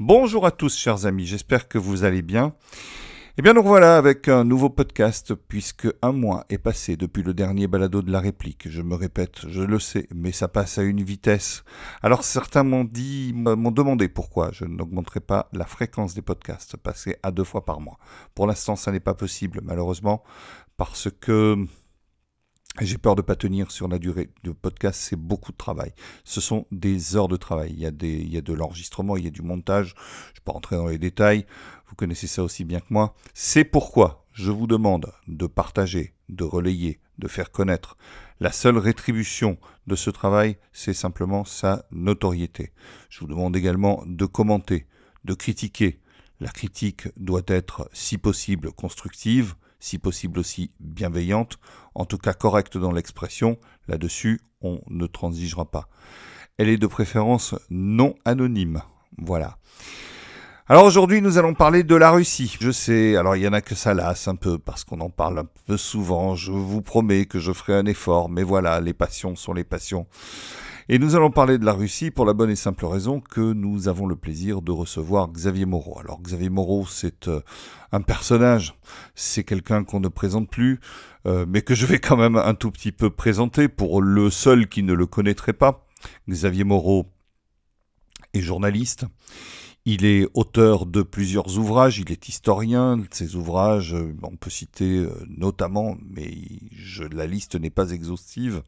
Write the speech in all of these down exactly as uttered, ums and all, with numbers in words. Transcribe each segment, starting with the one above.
Bonjour à tous chers amis, j'espère que vous allez bien. Eh bien nous revoilà avec un nouveau podcast puisque un mois est passé depuis le dernier balado de la réplique. Je me répète, je le sais, mais ça passe à une vitesse. Alors certains m'ont dit, m'ont demandé pourquoi je n'augmenterai pas la fréquence des podcasts, passer à deux fois par mois. Pour l'instant ça n'est pas possible malheureusement parce que j'ai peur de ne pas tenir sur la durée. Le podcast, c'est beaucoup de travail. Ce sont des heures de travail. Il y a, des, il y a de l'enregistrement, il y a du montage. Je ne vais pas rentrer dans les détails. Vous connaissez ça aussi bien que moi. C'est pourquoi je vous demande de partager, de relayer, de faire connaître. La seule rétribution de ce travail, c'est simplement sa notoriété. Je vous demande également de commenter, de critiquer. La critique doit être, si possible, constructive, si possible aussi bienveillante, en tout cas correcte dans l'expression. Là-dessus, on ne transigera pas. Elle est de préférence non anonyme. Voilà. Alors aujourd'hui, nous allons parler de la Russie. Je sais, alors il y en a que ça lasse un peu parce qu'on en parle un peu souvent. Je vous promets que je ferai un effort, mais voilà, les passions sont les passions. Et nous allons parler de la Russie pour la bonne et simple raison que nous avons le plaisir de recevoir Xavier Moreau. Alors Xavier Moreau, c'est euh, un personnage, c'est quelqu'un qu'on ne présente plus, euh, mais que je vais quand même un tout petit peu présenter pour le seul qui ne le connaîtrait pas. Xavier Moreau est journaliste. Il est auteur de plusieurs ouvrages, il est historien. Ses ouvrages, on peut citer notamment, mais je, la liste n'est pas exhaustive,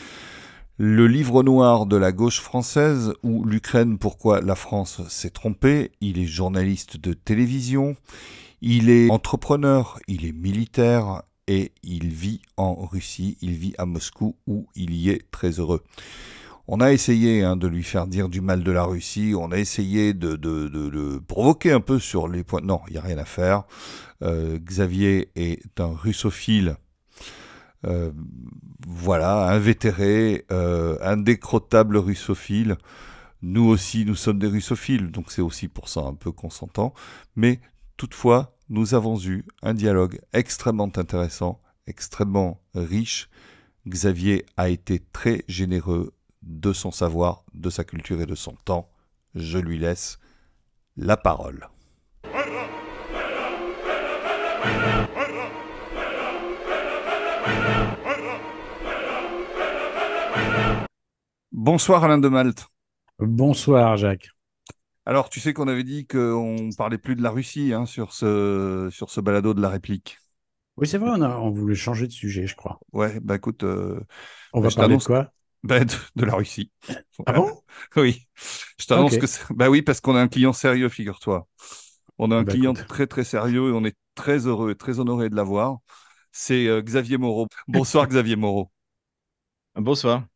le livre noir de la gauche française ou l'Ukraine, pourquoi la France s'est trompée. Il est journaliste de télévision, il est entrepreneur, il est militaire et il vit en Russie, il vit à Moscou où il y est très heureux. On a essayé hein, de lui faire dire du mal de la Russie, on a essayé de, de, de, de provoquer un peu sur les points... Non, il n'y a rien à faire. Euh, Xavier est un russophile. Euh, voilà, invétéré, euh, indécrottable russophile. Nous aussi, nous sommes des russophiles, donc c'est aussi pour ça un peu qu'on s'entend. Mais toutefois, nous avons eu un dialogue extrêmement intéressant, extrêmement riche. Xavier a été très généreux de son savoir, de sa culture et de son temps. Je lui laisse la parole. Bonsoir Alain de Malte. Bonsoir Jacques. Alors, tu sais qu'on avait dit qu'on parlait plus de la Russie hein, sur ce, sur ce balado de la réplique. Oui, c'est vrai, on a, on voulait changer de sujet, je crois. Ouais, bah écoute, euh, On bah, va je parler de t'annonce quoi? bah, de, de la Russie. Ah Voilà. bon? Oui, je Ok. t'annonce que c'est... Bah oui, parce qu'on a un client sérieux, figure-toi. On a Ah un bah client écoute. très très sérieux et on est très heureux et très honoré de l'avoir. C'est euh, Xavier Moreau. Bonsoir Xavier Moreau. Bonsoir.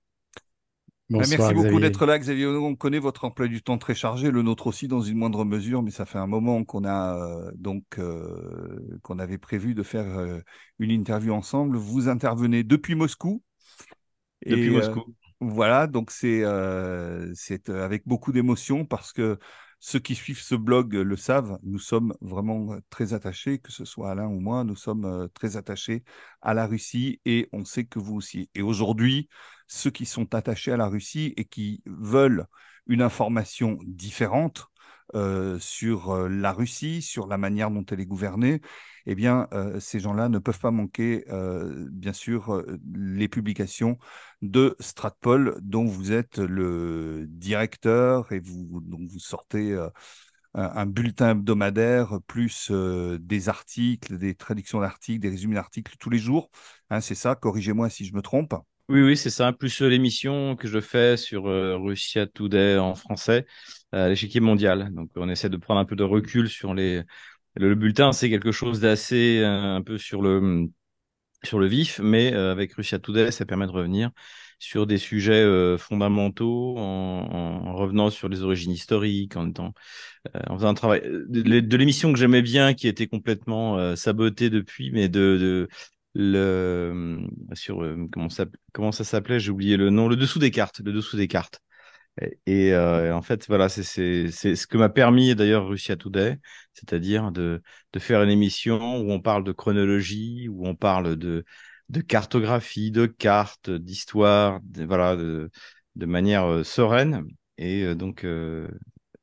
Bah, merci Bonsoir beaucoup Xavier. d'être là, Xavier. On connaît votre emploi du temps très chargé, le nôtre aussi dans une moindre mesure, mais ça fait un moment qu'on a euh, donc euh, qu'on avait prévu de faire euh, une interview ensemble. Vous intervenez depuis Moscou Depuis et euh, Moscou. voilà, donc c'est euh, c'est euh, avec beaucoup d'émotion parce que ceux qui suivent ce blog le savent, nous sommes vraiment très attachés, que ce soit Alain ou moi, nous sommes euh, très attachés à la Russie et on sait que vous aussi. Et aujourd'hui, ceux qui sont attachés à la Russie et qui veulent une information différente euh, sur euh, la Russie, sur la manière dont elle est gouvernée, eh bien, euh, ces gens-là ne peuvent pas manquer, euh, bien sûr, euh, les publications de Stratpol, dont vous êtes le directeur et vous, donc vous sortez euh, un, un bulletin hebdomadaire, plus euh, des articles, des traductions d'articles, des résumés d'articles tous les jours. Hein, c'est ça, corrigez-moi si je me trompe. Oui, oui, c'est ça. Plus euh, l'émission que je fais sur euh, Russia Today en français, euh, l'échiquier mondial. Donc, on essaie de prendre un peu de recul sur les. Le, le bulletin, c'est quelque chose d'assez euh, un peu sur le sur le vif, mais euh, avec Russia Today, ça permet de revenir sur des sujets euh, fondamentaux, en, en revenant sur les origines historiques, en étant, euh, en faisant un travail euh, de, de l'émission que j'aimais bien, qui était complètement euh, sabotée depuis, mais de, de le sur euh, comment ça comment ça s'appelait, j'ai oublié le nom, le dessous des cartes, le dessous des cartes. Et, et, euh, en fait, voilà, c'est c'est c'est ce que m'a permis d'ailleurs Russia Today, c'est-à-dire de de faire une émission où on parle de chronologie, où on parle de de cartographie, de cartes, d'histoire, de- voilà, de de manière euh, sereine. Et euh, donc, euh,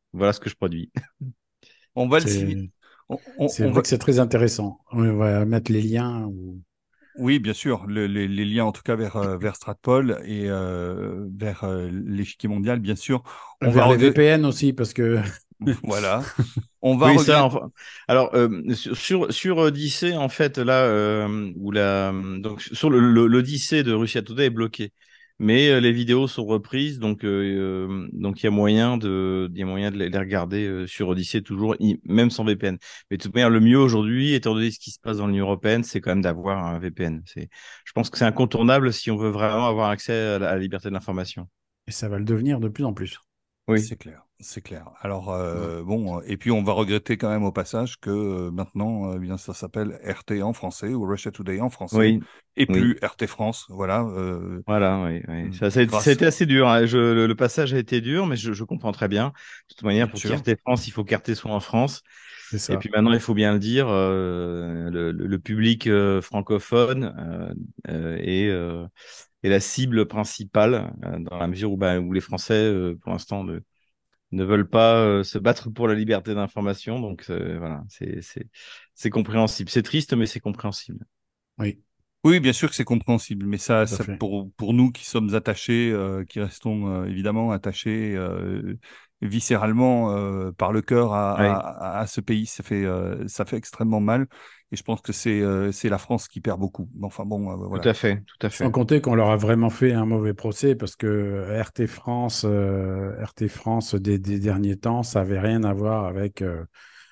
Voilà ce que je produis. On va le signer. C'est On, on- c'est on vrai va... que c'est très intéressant. On va mettre les liens ou Oui, bien sûr, le- les, les liens en tout cas vers, euh, vers Stratpol et euh, vers euh, l'échiquier mondial, bien sûr. On va vers les regretter. V P N aussi, parce que Voilà. On va Oui, ça. regretter. Enfin, alors euh, sur sur sur Odyssey, en fait, là euh, où la donc sur le le- l'Odyssée de Russia Today est bloqué, mais euh, les vidéos sont reprises, donc euh, euh, donc il y a moyen de il y a moyen de les, les regarder euh, sur Odyssey toujours, y- même sans V P N. Mais de toute manière, le mieux aujourd'hui, étant donné ce qui se passe dans l'Union européenne, c'est quand même d'avoir un V P N. C'est, je pense que c'est incontournable si on veut vraiment avoir accès à la, à la liberté de l'information. et ça va le devenir de plus en plus. Oui, C'est clair, c'est clair. Alors, Mm. euh, bon, euh, et puis on va regretter quand même au passage que euh, maintenant, euh, eh bien, ça s'appelle R T en français ou Russia Today en français oui, et oui. plus R T France. Voilà. euh, Voilà, oui, oui. mm, Ça, ça a été, ça a grâce, été assez dur, hein. Je, le, le passage a été dur, mais je, je comprends très bien. De toute manière, bien pour sûr. qu'R T France, il faut qu'R T soit en France. C'est Et ça. puis maintenant, il faut bien le dire, euh, le, le- le public euh, francophone euh, euh, est, euh, est la cible principale euh, dans la mesure où, bah, où les Français, euh, pour l'instant, ne, ne veulent pas euh, se battre pour la liberté d'information. Donc euh, voilà, c'est, c'est, c'est compréhensible. C'est triste, mais c'est compréhensible. Oui, Oui, bien sûr que c'est compréhensible, mais ça, tout à ça fait. pour, pour nous qui sommes attachés, euh, qui restons euh, évidemment attachés euh, viscéralement euh, par le cœur à, Oui, à, à ce pays, ça fait, euh, ça fait extrêmement mal. Et je pense que c'est euh, c'est la France qui perd beaucoup. Mais enfin bon, euh, tout voilà. à fait, tout à Sans fait. compter qu'on leur a vraiment fait un mauvais procès parce que R T France, euh, R T France des, des derniers temps, ça avait rien à voir avec euh,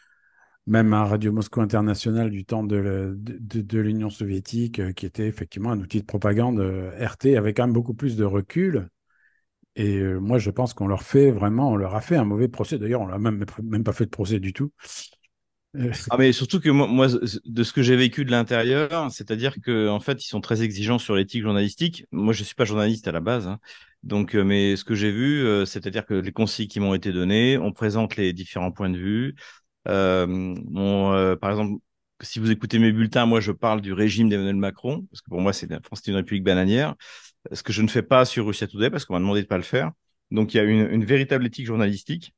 même un Radio Moscou International du temps de, le- de, de- de l'Union soviétique, euh, qui était effectivement un outil de propagande. euh, R T avait quand même beaucoup plus de recul. Et euh, moi, je pense qu'on leur fait vraiment, on leur a fait un mauvais procès. D'ailleurs, on leur a même, même pas fait de procès du tout. Euh, Ah mais surtout que moi, moi, de ce que j'ai vécu de l'intérieur, c'est-à-dire que en fait ils sont très exigeants sur l'éthique journalistique. Moi je suis pas journaliste à la base, hein. Donc euh, mais ce que j'ai vu, euh, c'est-à-dire que les conseils qui m'ont été donnés, on présente les différents points de vue. Euh, on, euh, par exemple, si vous écoutez mes bulletins, moi je parle du régime d'Emmanuel Macron parce que pour moi c'est la France c'est une république bananière. Ce que je ne fais pas sur Russia Today parce qu'on m'a demandé de pas le faire. Donc il y a une, une véritable éthique journalistique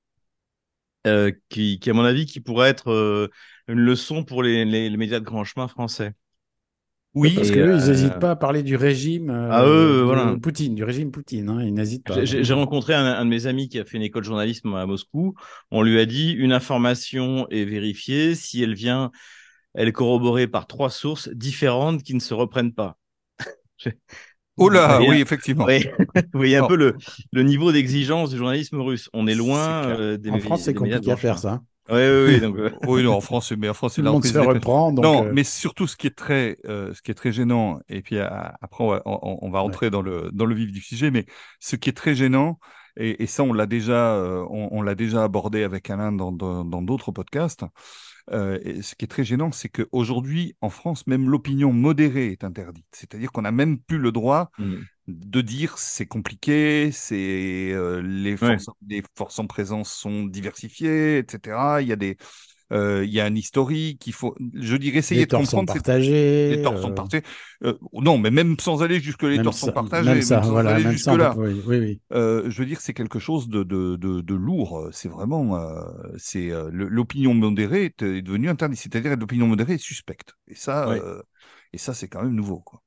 euh, qui, qui, à mon avis, qui pourrait être euh, une leçon pour les, les, les médias de grand chemin français. ouais, parce Oui, que Et eux, ils n'hésitent euh, pas à parler du régime à euh, eux, de voilà. Poutine, du régime Poutine, hein, ils n'hésitent pas. J'ai Donc, j'ai euh, rencontré un, un de mes amis qui a fait une école de journalisme à Moscou. On lui a dit une information est vérifiée si elle vient, elle est corroborée par trois sources différentes qui ne se reprennent pas. oh Vous là, voyez, oui, effectivement. oui. Vous voyez un Oh, peu le, le niveau d'exigence du journalisme russe. On est c'est loin clair. euh, des, en France, mé- c'est des médias de compliqué à grand faire chemin. ça. Oui, oui, oui. Donc, euh, Oui, non, en France, mais en France, c'est Tout de le la monde reprise se des peines. reprend, donc Non, euh, mais surtout, ce qui est très, euh, ce qui est très gênant, et puis à- après, on va, on- on va ouais. entrer dans le, dans le vif du sujet, mais ce qui est très gênant, et, et ça, on l'a déjà, euh, on, on l'a déjà abordé avec Alain dans, dans, dans d'autres podcasts, euh, et ce qui est très gênant, c'est qu'aujourd'hui, en France, même l'opinion modérée est interdite. C'est-à-dire qu'on n'a même plus le droit hmm. de dire c'est compliqué, c'est euh, les Ouais. forces, les forces en présence sont diversifiées, et cetera. Il y a des, euh, il y a un historique, il faut, je dirais, essayer Les de torts sont comprendre. C'est les partagés, torts sont euh, partagés. Euh, non, mais même sans aller jusque les même torts sont ça, même partagés, ça, même sans voilà, aller même jusque ça, on peut là. pas. Oui, oui, oui. Euh, je veux dire, c'est quelque chose de, de, de, de lourd. C'est vraiment, euh, c'est euh, le- l'opinion modérée est, est devenue interdite. C'est-à-dire que l'opinion modérée est suspecte. Et ça, Oui, euh, et ça, c'est quand même nouveau, quoi.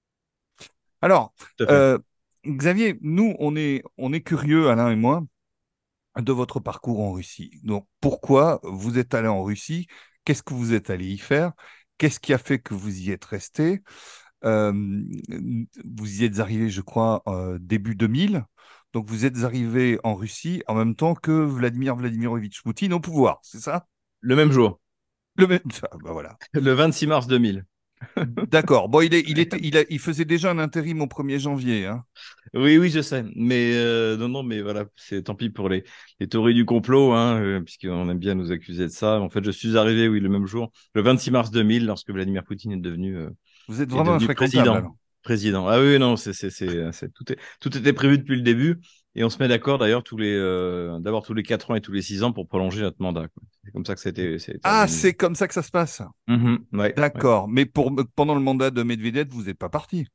Alors, tout à fait. euh, Xavier, nous, on est, on est curieux, Alain et moi, de votre parcours en Russie. Donc, pourquoi vous êtes allé en Russie? Qu'est-ce que vous êtes allé y faire? Qu'est-ce qui a fait que vous y êtes resté? Euh, Vous y êtes arrivé, je crois, euh, début deux mille. Donc, vous êtes arrivé en Russie en même temps que Vladimir Vladimirovitch Poutine au pouvoir, c'est ça? Le même jour, Le même... Ah, bah voilà. le vingt-six mars deux mille. D'accord. Bon, il est, il était, il a- il faisait déjà un intérim au premier janvier, hein. Oui, oui, je sais. Mais euh, non, non, mais voilà, c'est tant pis pour les, les théories du complot, hein, euh, puisqu'on aime bien nous accuser de ça. En fait, je suis arrivé, oui, le même jour, le vingt-six mars deux mille, lorsque Vladimir Poutine est devenu euh, Vous êtes est vraiment devenu infréquentable, président. alors. Président. Ah oui, non, c'est, c'est, c'est, c'est- tout est, tout était prévu depuis le début. Et on se met d'accord d'ailleurs tous les, euh, d'abord tous les quatre ans et tous les six ans pour prolonger notre mandat, quoi. C'est comme ça que ça a été, ça a été Ah, organisé. c'est comme ça que ça se passe. Mhm, ouais, ouais. D'accord. Mais pour, pendant le mandat de Medvedev, vous n'êtes pas parti.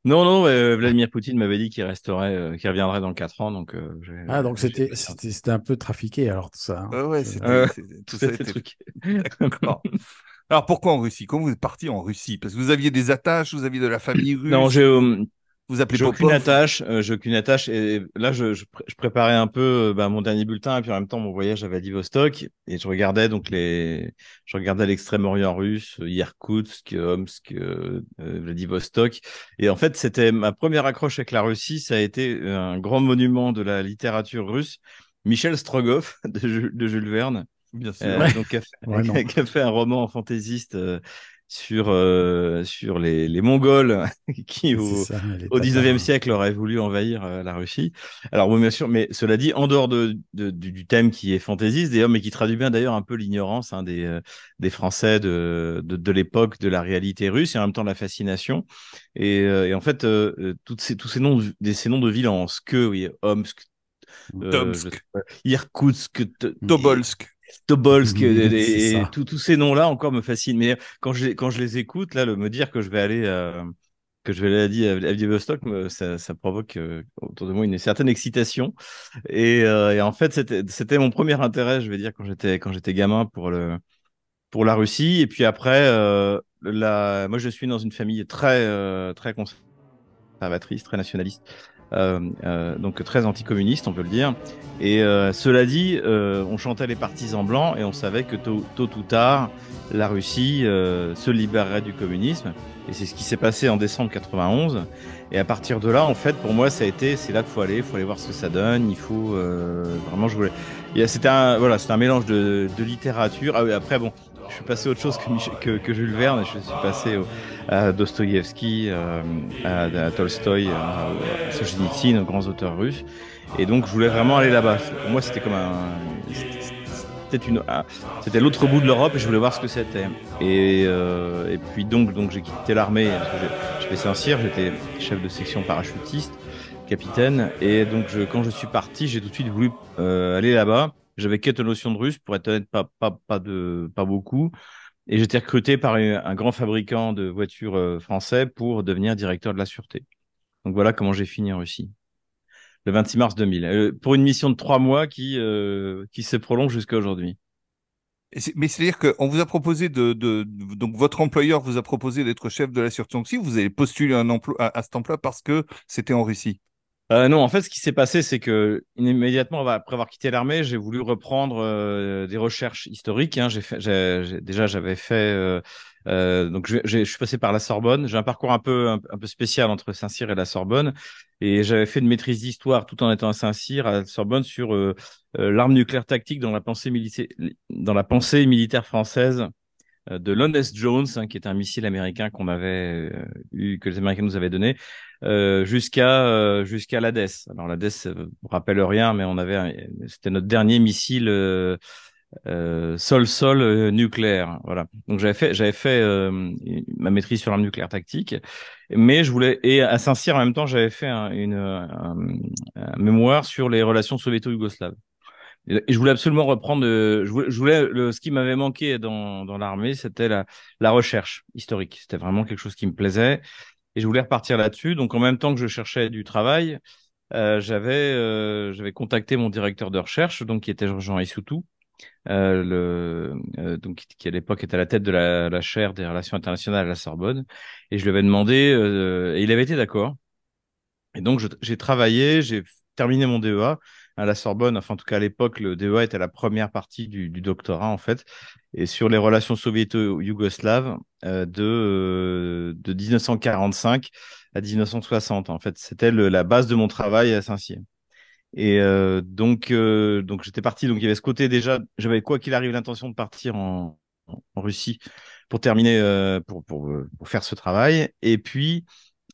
Non, non, euh, Vladimir Poutine m'avait dit qu'il resterait, euh, qu'il reviendrait dans quatre ans, donc euh, j'ai Ah, donc j'ai c'était patienté. c'était c'était un peu trafiqué alors tout ça, hein. Ouais, ouais, C'est- c'était, Euh, c'était- tout tout à ça fait était truqué. d'accord. Alors pourquoi en Russie? Comment vous êtes parti en Russie? Parce que vous aviez des attaches, vous aviez de la famille Non, russe, j'ai vous euh, vous appelez j'ai aucune Popov. attache, euh, j'ai aucune attache. Et là, je, je, pré- je préparais un peu euh, bah, mon dernier bulletin et puis en même temps mon voyage à Vladivostok et je regardais donc les, je regardais l'extrême-orient russe, euh, Irkoutsk, Omsk, euh, euh, Vladivostok. Et en fait, c'était ma première accroche avec la Russie. Ça a été euh, un grand monument de la littérature russe, Michel Strogoff de, Ju- de Jules Verne. Bien sûr. Euh, Ouais, donc, qui a vraiment. fait, qui a fait un roman fantaisiste euh, sur, euh, sur les, les Mongols qui, C'est au, ça, les au dix-neuvième Tatars. siècle, auraient voulu envahir euh, la Russie. Alors, bon, bien sûr, mais cela dit, en dehors de, de- du, du thème qui est fantaisiste, d'ailleurs, mais qui traduit bien d'ailleurs un peu l'ignorance hein, des, euh, des Français de, de, de l'époque de la réalité russe et en même temps la fascination. Et, euh, et en fait, euh, euh, toutes ces, tous ces noms, de- des, ces noms de villes en ske, oui, Omsk, euh, je sais Tomsk, pas, Irkoutsk, Tobolsk. Tobolsk C'est et, et ça. tous tous ces noms-là encore me fascinent. Mais quand je, les- quand je les écoute, là, le me dire que je vais aller, euh, que je vais aller à, Vla- à Vladivostok, me- ça, ça provoque euh, autour de moi une certaine excitation. Et, euh, et en fait, c'était, c'était mon premier intérêt, je vais dire, quand j'étais, quand j'étais gamin pour le, pour la Russie. Et puis après, euh, la, moi, je suis dans une famille très, euh, très conservatrice, très nationaliste, euh, euh, donc très anticommuniste, on peut le dire. Et euh, cela dit, euh, on chantait les partisans blancs et on savait que tôt, tôt ou tard, la Russie euh, se libérerait du communisme. Et c'est ce qui s'est passé en décembre quatre-vingt-onze. Et à partir de là, en fait, pour moi, ça a été, c'est là qu'il faut aller, il faut aller voir ce que ça donne. Il faut euh, vraiment, je voulais. Il y a- C'était un, voilà, c'était un mélange de, de littérature. Ah oui, après, bon, je suis passé à autre chose que, Mich- que, que Jules Verne. Je suis passé au, à Dostoïevski, euh, à, à Tolstoï, à, à Solzhenitsyn, aux grands auteurs russes. Et donc, je voulais vraiment aller là-bas. Pour moi, c'était comme un, c'était une, un- c'était l'autre bout de l'Europe et je voulais voir ce que c'était. Et, euh, et puis donc, donc j'ai quitté l'armée parce que j'ai j'ai fait Saint-Cyr, j'étais chef de section parachutiste, capitaine. Et donc, je, quand je suis parti, j'ai tout de suite voulu euh, aller là-bas. J'avais quelques notions de russe, pour être honnête, pas, pas, pas, de, pas beaucoup. Et j'étais recruté par un, un grand fabricant de voitures euh, français pour devenir directeur de la sûreté. Donc voilà comment j'ai fini en Russie, le vingt-six mars deux mille, euh, pour une mission de trois mois qui, euh, qui se prolonge jusqu'à aujourd'hui. Et c'est- Mais c'est-à-dire qu'on vous a proposé de, de, de- donc votre employeur vous a proposé d'être chef de la sûreté. Donc si vous avez postulé un emploi à, à cet emploi parce que c'était en Russie. Euh, non, en fait, ce qui s'est passé, c'est que immédiatement après avoir quitté l'armée, j'ai voulu reprendre euh, des recherches historiques. Hein. J'ai fait, j'ai, j'ai- déjà, j'avais fait, euh, euh, donc je, j'ai- je suis passé par la Sorbonne. J'ai un parcours un peu, un, un peu spécial entre Saint-Cyr et la Sorbonne, et j'avais fait une maîtrise d'histoire tout en étant à Saint-Cyr, à la Sorbonne, sur euh, euh, l'arme nucléaire tactique dans la pensée militaire, dans la pensée militaire française euh, de l'Honest Jones, hein, qui est un missile américain qu'on avait euh, eu, que les Américains nous avaient donné, euh, jusqu'à euh, jusqu'à l'Hadès. Alors l'Hadès, ça vous rappelle rien, mais on avait, un- c'était notre dernier missile euh, euh, sol-sol euh, nucléaire. Voilà. Donc j'avais fait, j'avais fait euh, ma maîtrise sur l'arme nucléaire tactique, mais je voulais et à Saint-Cyr en même temps, j'avais fait un, une un, un mémoire sur les relations soviéto-yougoslaves. Et je voulais absolument reprendre, euh, je voulais, je voulais le, ce qui m'avait manqué dans, dans l'armée, c'était la, la recherche historique. C'était vraiment quelque chose qui me plaisait et je voulais repartir là-dessus. Donc, en même temps que je cherchais du travail, euh, j'avais euh, j'avais contacté mon directeur de recherche, donc qui était Jean Issoutou, euh, le, euh, donc qui à l'époque était à la tête de la, la chaire des relations internationales à la Sorbonne, et je lui avais demandé, euh, et il avait été d'accord. Et donc, je- j'ai travaillé, j'ai terminé mon D E A à la Sorbonne. Enfin, en tout cas, à l'époque, le D E A était la première partie du, du doctorat, en fait, et sur les relations soviéto-yougoslaves euh, de, euh, de mille neuf cent quarante-cinq à mille neuf cent soixante. En fait, c'était le- la base de mon travail à Saint-Cyr. Et euh, donc, euh, donc j'étais parti. Donc, il y avait ce côté déjà, j'avais quoi qu'il arrive l'intention de partir en, en Russie pour terminer, euh, pour, pour, euh, pour faire ce travail. Et puis,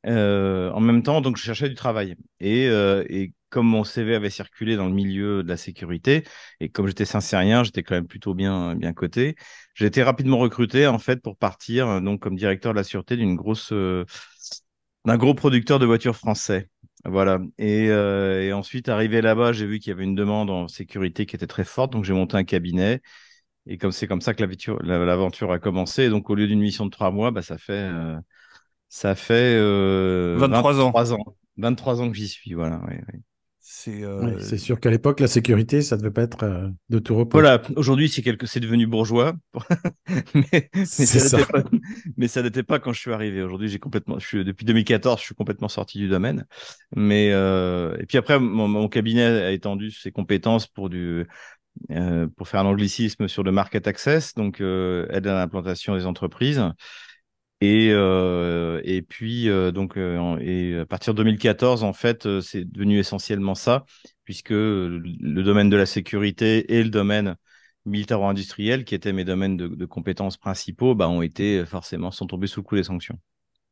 euh, en même temps, donc je cherchais du travail. Et, euh, et comme mon C V avait circulé dans le milieu de la sécurité, et comme j'étais sincérien, j'étais quand même plutôt bien, bien coté, j'ai été rapidement recruté en fait pour partir euh, donc comme directeur de la sûreté d'une grosse, euh, d'un gros producteur de voitures français. Voilà. Et, euh, et ensuite, arrivé là-bas, j'ai vu qu'il y avait une demande en sécurité qui était très forte, donc j'ai monté un cabinet. Et comme c'est comme ça que l'aventure la- l'aventure a commencé. Et donc, au lieu d'une mission de trois mois, bah, ça fait euh, Ça fait euh, vingt-trois ans. vingt-trois ans. vingt-trois ans que j'y suis, voilà. Ouais, ouais. C'est Oui, euh, c'est sûr qu'à l'époque, la sécurité, ça devait pas être euh, de tout repos. Voilà, aujourd'hui c'est quelque... c'est devenu bourgeois, mais, mais C'est ça ça. n'était pas, mais ça n'était pas quand je suis arrivé. Aujourd'hui, j'ai complètement, je suis depuis deux mille quatorze, je suis complètement sorti du domaine. Mais euh... et puis après, mon, mon cabinet a étendu ses compétences pour du, euh, pour faire un anglicisme sur le market access, donc euh, aide à l'implantation des entreprises. Et euh, et puis euh, donc euh, en- et à partir de deux mille quatorze, en fait, euh, c'est devenu essentiellement ça, puisque le domaine de la sécurité et le domaine militaro-industriel, qui étaient mes domaines de, de compétences principaux, bah, ont été forcément sont tombés sous le coup des sanctions.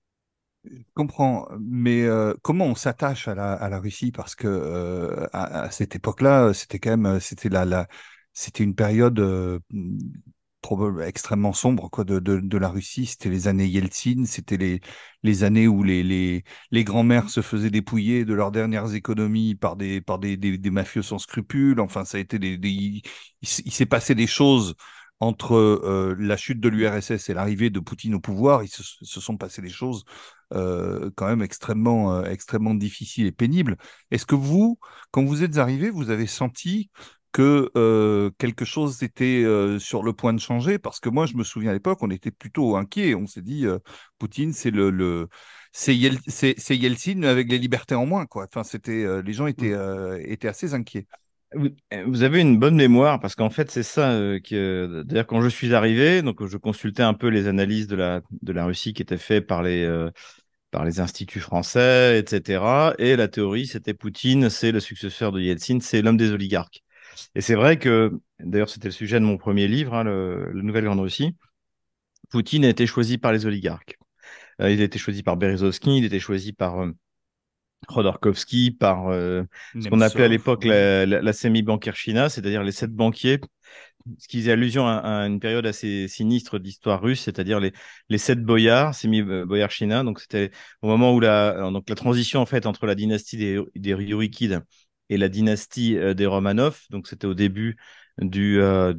Je comprends, mais euh, comment on s'attache à la, à la Russie? Parce que euh, à, à cette époque-là, c'était quand même, euh, c'était la, la, c'était une période euh, proba- extrêmement sombre quoi, de, de, de la Russie. C'était les années Yeltsin, c'était les, les années où les, les, les grands-mères se faisaient dépouiller de leurs dernières économies par des, par des, des, des mafieux sans scrupules. Enfin, ça a été des, des- il, s- il s'est passé des choses entre euh, la chute de l'U R S S et l'arrivée de Poutine au pouvoir. Il se, se sont passées des choses euh, quand même extrêmement, euh, extrêmement difficile et pénible. Est-ce que vous, quand vous êtes arrivé, vous avez senti que euh, quelque chose était euh, sur le point de changer? Parce que moi, je me souviens à l'époque, on était plutôt inquiets. On s'est dit, euh, Poutine, c'est le, le c'est Yel- c'est- c'est Yeltsin avec les libertés en moins, quoi. Enfin, c'était, euh, les gens étaient, Mm. euh, étaient assez inquiets. Vous euh, vous avez une bonne mémoire parce qu'en fait c'est ça euh, que d'ailleurs quand je suis arrivé, donc je consultais un peu les analyses de la de la Russie qui étaient faites par les euh, par les instituts français, et cetera. Et la théorie, c'était Poutine, c'est le successeur de Yeltsin, c'est l'homme des oligarques. Et c'est vrai que, d'ailleurs, c'était le sujet de mon premier livre, hein, le, le Nouvelle Grande Russie. Poutine a été choisi par les oligarques. Euh, il a été choisi par Berezovsky, il a été choisi par euh, Khodorkovsky, par euh, ce qu'on appelait à Nemtsov, l'époque oui. la, la, la semi-banquerchina, c'est-à-dire les sept banquiers, ce qui faisait allusion à, à une période assez sinistre de l'histoire russe, c'est-à-dire les, les sept boyards, semi-boyarchina. Donc c'était au moment où la, donc la transition en fait entre la dynastie des, des Ryurikides et la dynastie euh, des Romanov. Donc c'était au début du, euh,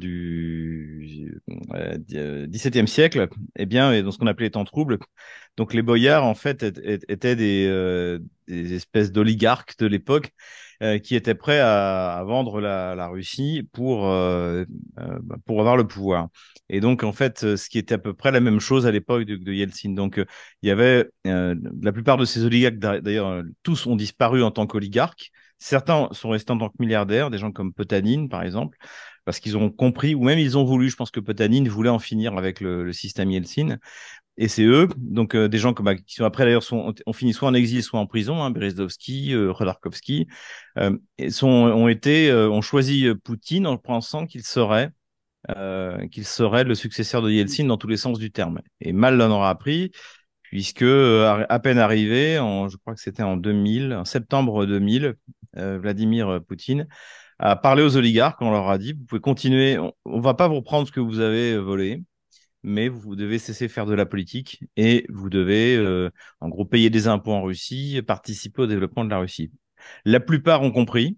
du euh, dix-septième siècle, eh bien, et dans ce qu'on appelait les temps troubles. Donc les boyards en fait étaient des, euh, des espèces d'oligarques de l'époque euh, qui étaient prêts à, à vendre la, la Russie pour euh, euh, bah, pour avoir le pouvoir. Et donc, en fait, euh, ce qui était à peu près la même chose à l'époque de, de Yeltsin. Donc, euh, il y avait euh, la plupart de ces oligarques, d'a- d'ailleurs, euh, tous ont disparu en tant qu'oligarques. Certains sont restés en tant que milliardaires, des gens comme Potanin, par exemple, parce qu'ils ont compris, ou même ils ont voulu, je pense que Potanin voulait en finir avec le, le système Yeltsin. Et c'est eux, donc euh, des gens comme, bah, qui sont après d'ailleurs sont, ont fini soit en exil, soit en prison, hein, Berezovsky, euh, Khodorkovsky, euh, et sont, ont été, euh, ont choisi euh, Poutine en pensant qu'il serait, euh, qu'il serait le successeur de Yeltsin dans tous les sens du terme. Et mal l'en aura appris, puisque euh, à peine arrivé, en, je crois que c'était en deux mille, en septembre deux mille, euh, Vladimir Poutine a parlé aux oligarques, on leur a dit, vous pouvez continuer, on, on va pas vous reprendre ce que vous avez volé, mais vous devez cesser de faire de la politique et vous devez, euh, en gros, payer des impôts en Russie, participer au développement de la Russie. La plupart ont compris.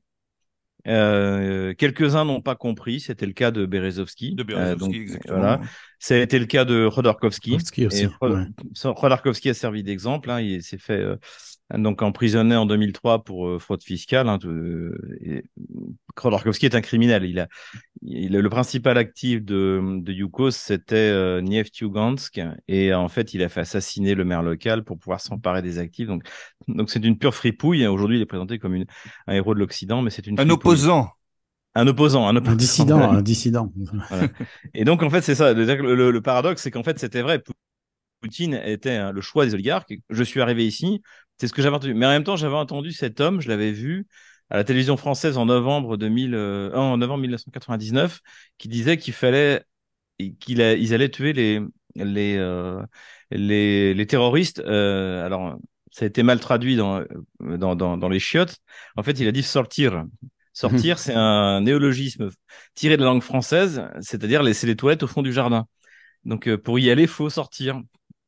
Euh, quelques-uns n'ont pas compris. C'était le cas de Berezovsky. De Euh, donc Berezovski, exactement. voilà, Oui. ça a été le cas de Khodorkovsky. Trotsky Et aussi. Ouais. Khodorkovsky a servi d'exemple. Hein. Il s'est fait euh, donc emprisonné en deux mille trois pour euh, fraude fiscale. Hein, de, et Khodorkovsky est un criminel. Il a il, le principal actif de, de Yukos, c'était euh, Neftejugansk. Et en fait, il a fait assassiner le maire local pour pouvoir s'emparer des actifs. Donc, donc c'est une pure fripouille. Aujourd'hui, il est présenté comme une, un héros de l'Occident, mais c'est une Un fripouille. opposant. Un opposant, un Un opposant. dissident, un dissident. Voilà. Et donc, en fait, c'est ça. Le, le, le paradoxe, c'est qu'en fait, c'était vrai. Poutine était hein, le choix des oligarques. Je suis arrivé ici, c'est ce que j'avais entendu. Mais en même temps, j'avais entendu cet homme, je l'avais vu à la télévision française en novembre deux mille, euh, en novembre mille neuf cent quatre-vingt-dix-neuf, qui disait qu'il fallait, qu'ils allaient tuer les les euh, les, les terroristes. Euh, alors, ça a été mal traduit dans dans dans, dans les chiottes. En fait, il a dit sortir. Sortir, c'est un néologisme tiré de la langue française, c'est-à-dire laisser les toilettes au fond du jardin. Donc, euh, pour y aller, il faut sortir.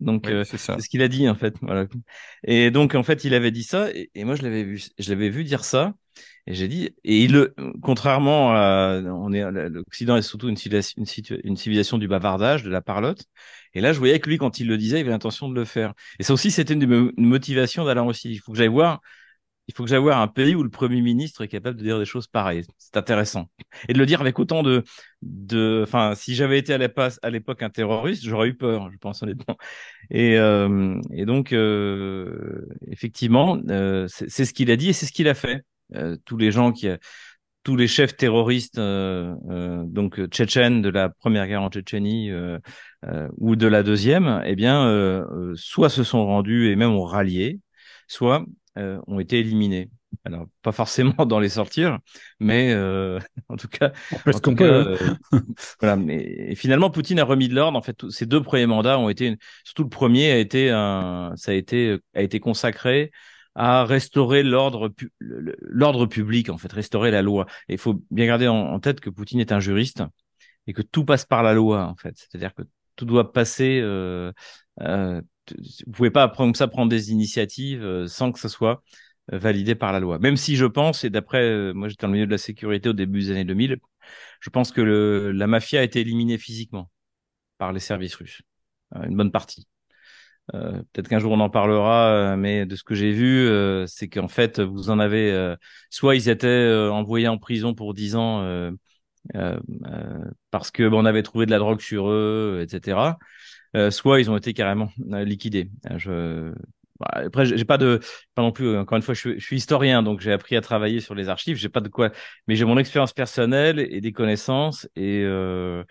Donc, Oui, euh, c'est c'est ça. ce qu'il a dit, en fait. Voilà. Et donc, en fait, il avait dit ça, et, et moi, je l'avais vu, je l'avais vu dire ça, et j'ai dit, et il le, contrairement à, on est, l'Occident est surtout une civilisation, une, situ- une civilisation du bavardage, de la parlotte. Et là, je voyais que lui, quand il le disait, il avait l'intention de le faire. Et ça aussi, c'était une, de mes- une motivation d'aller en Russie. Il faut que j'aille voir il faut que j'aille voir un pays où le Premier ministre est capable de dire des choses pareilles. C'est intéressant. Et de le dire avec autant de, de, enfin, si j'avais été à l'époque, à l'époque un terroriste, j'aurais eu peur, je pense honnêtement. Et, euh, et donc, euh, effectivement, euh, c'est c'est ce qu'il a dit et c'est ce qu'il a fait. Euh, tous les gens qui, tous les chefs terroristes, euh, euh, donc tchétchènes de la première guerre en Tchétchénie euh, euh, ou de la deuxième, eh bien, euh, euh, soit se sont rendus et même ont rallié, soit euh, ont été éliminés. Alors, pas forcément dans les sortir, mais euh, en tout cas, On fait en ce tout qu'on cas, peut. euh, Hein. voilà. Mais et finalement, Poutine a remis de l'ordre. En fait, tous- ces deux premiers mandats ont été, surtout le premier a été un, ça a été a été consacré à restaurer l'ordre pu- le- le- l'ordre public, en fait, restaurer la loi. Et il faut bien garder en, en tête que Poutine est un juriste et que tout passe par la loi, en fait. C'est-à-dire que tout doit passer. Euh, euh, t- vous pouvez pas prendre ça, prendre des initiatives euh, sans que ce soit euh, validé par la loi. Même si je pense, et d'après, euh, moi j'étais dans le milieu de la sécurité au début des années deux mille, je pense que le, la mafia a été éliminée physiquement par les services russes, euh, une bonne partie. Euh, peut-être qu'un jour on en parlera, euh, mais de ce que j'ai vu, euh, c'est qu'en fait, vous en avez, euh, soit ils étaient euh, envoyés en prison pour dix ans euh, euh, euh, parce que bon, on avait trouvé de la drogue sur eux, et cetera. Euh, soit ils ont été carrément euh, liquidés. Euh, Je... Bah, après, j'ai j'ai pas de, pas non plus. Encore une fois, je suis, je suis historien, donc j'ai appris à travailler sur les archives. J'ai pas de quoi, mais j'ai mon expérience personnelle et des connaissances et euh,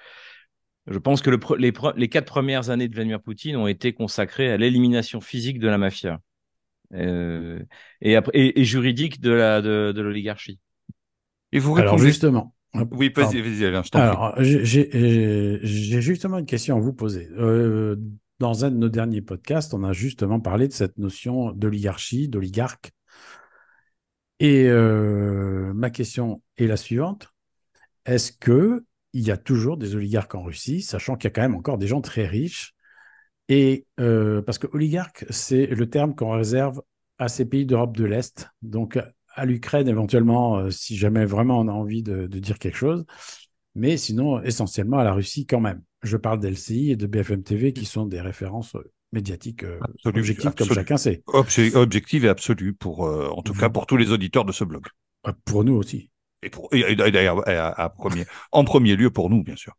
je pense que le, pre- les, pre- les quatre premières années de Vladimir Poutine ont été consacrées à l'élimination physique de la mafia euh, et, après, et, et juridique de la de, de l'oligarchie. Et vous Alors répondez. justement, hop, Oui, vas-y, pardon. vas-y, Alain, je t'en prie. Alors, j'ai j'ai- j'ai justement une question à vous poser. Euh, dans un de nos derniers podcasts, on a justement parlé de cette notion d'oligarchie, d'oligarque. Et euh, ma question est la suivante. Est-ce que il y a toujours des oligarques en Russie, sachant qu'il y a quand même encore des gens très riches? Et euh, parce que oligarque, c'est le terme qu'on réserve à ces pays d'Europe de l'Est, donc à l'Ukraine éventuellement, euh, si jamais vraiment on a envie de, de dire quelque chose, mais sinon essentiellement à la Russie quand même. Je parle d'L C I et de B F M T V qui sont des références euh, médiatiques euh, Absolu, objectives comme absolu. chacun sait. Obje- objectif et absolu pour, euh, en tout cas, Vous- pour tous les auditeurs de ce blog. euh, pour nous aussi. Et pour, et, et d'ailleurs, à, à premier, en premier lieu pour nous, bien sûr.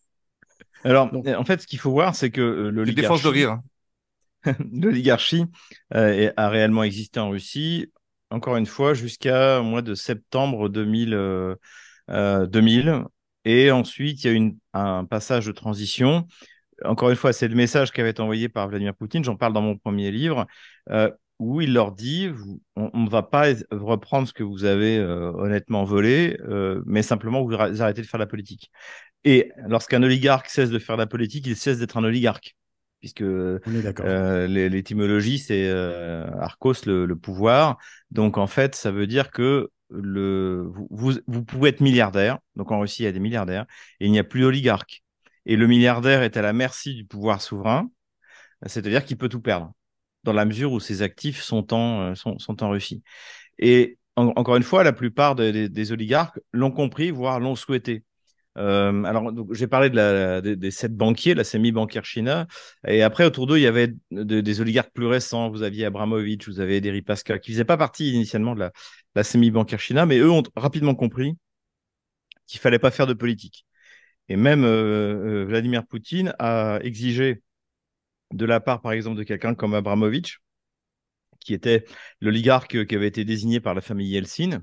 Alors, Donc, en fait, ce qu'il faut voir, c'est que euh, C'est une défense de l'oligarchie, rire. Hein. l'oligarchie euh, est- a réellement existé en Russie. Encore une fois, jusqu'à mois de septembre deux mille, euh, euh, deux mille. Et ensuite, il y a eu une- un passage de transition. Encore une fois, c'est le message qui avait été envoyé par Vladimir Poutine, j'en parle dans mon premier livre, euh, où il leur dit, vous- on ne va pas reprendre ce que vous avez euh, honnêtement volé, euh, mais simplement vous ra- arrêtez de faire la politique. Et lorsqu'un oligarque cesse de faire la politique, il cesse d'être un oligarque, puisque euh, on est d'accord. l'é- l'étymologie, c'est euh, arcos, le, le pouvoir. Donc en fait, ça veut dire que le, vous, vous, vous pouvez être milliardaire, donc en Russie, il y a des milliardaires, et il n'y a plus d'oligarque. Et le milliardaire est à la merci du pouvoir souverain, c'est-à-dire qu'il peut tout perdre, dans la mesure où ses actifs sont en, euh, sont, sont en Russie. Et en- encore une fois, la plupart des, des- des oligarques l'ont compris, voire l'ont souhaité. Euh, alors, donc, j'ai parlé de la, des, des sept banquiers, la semi-bancaire China, et après, autour d'eux, il y avait de- des oligarques plus récents. Vous aviez Abramovich, vous avez Deripaska, qui ne faisaient pas partie initialement de la, la semi-bancaire China, mais eux ont rapidement compris qu'il fallait pas faire de politique. Et même euh, euh, Vladimir Poutine a exigé de la part, par exemple, de quelqu'un comme Abramovich, qui était l'oligarque qui avait été désigné par la famille Yeltsin,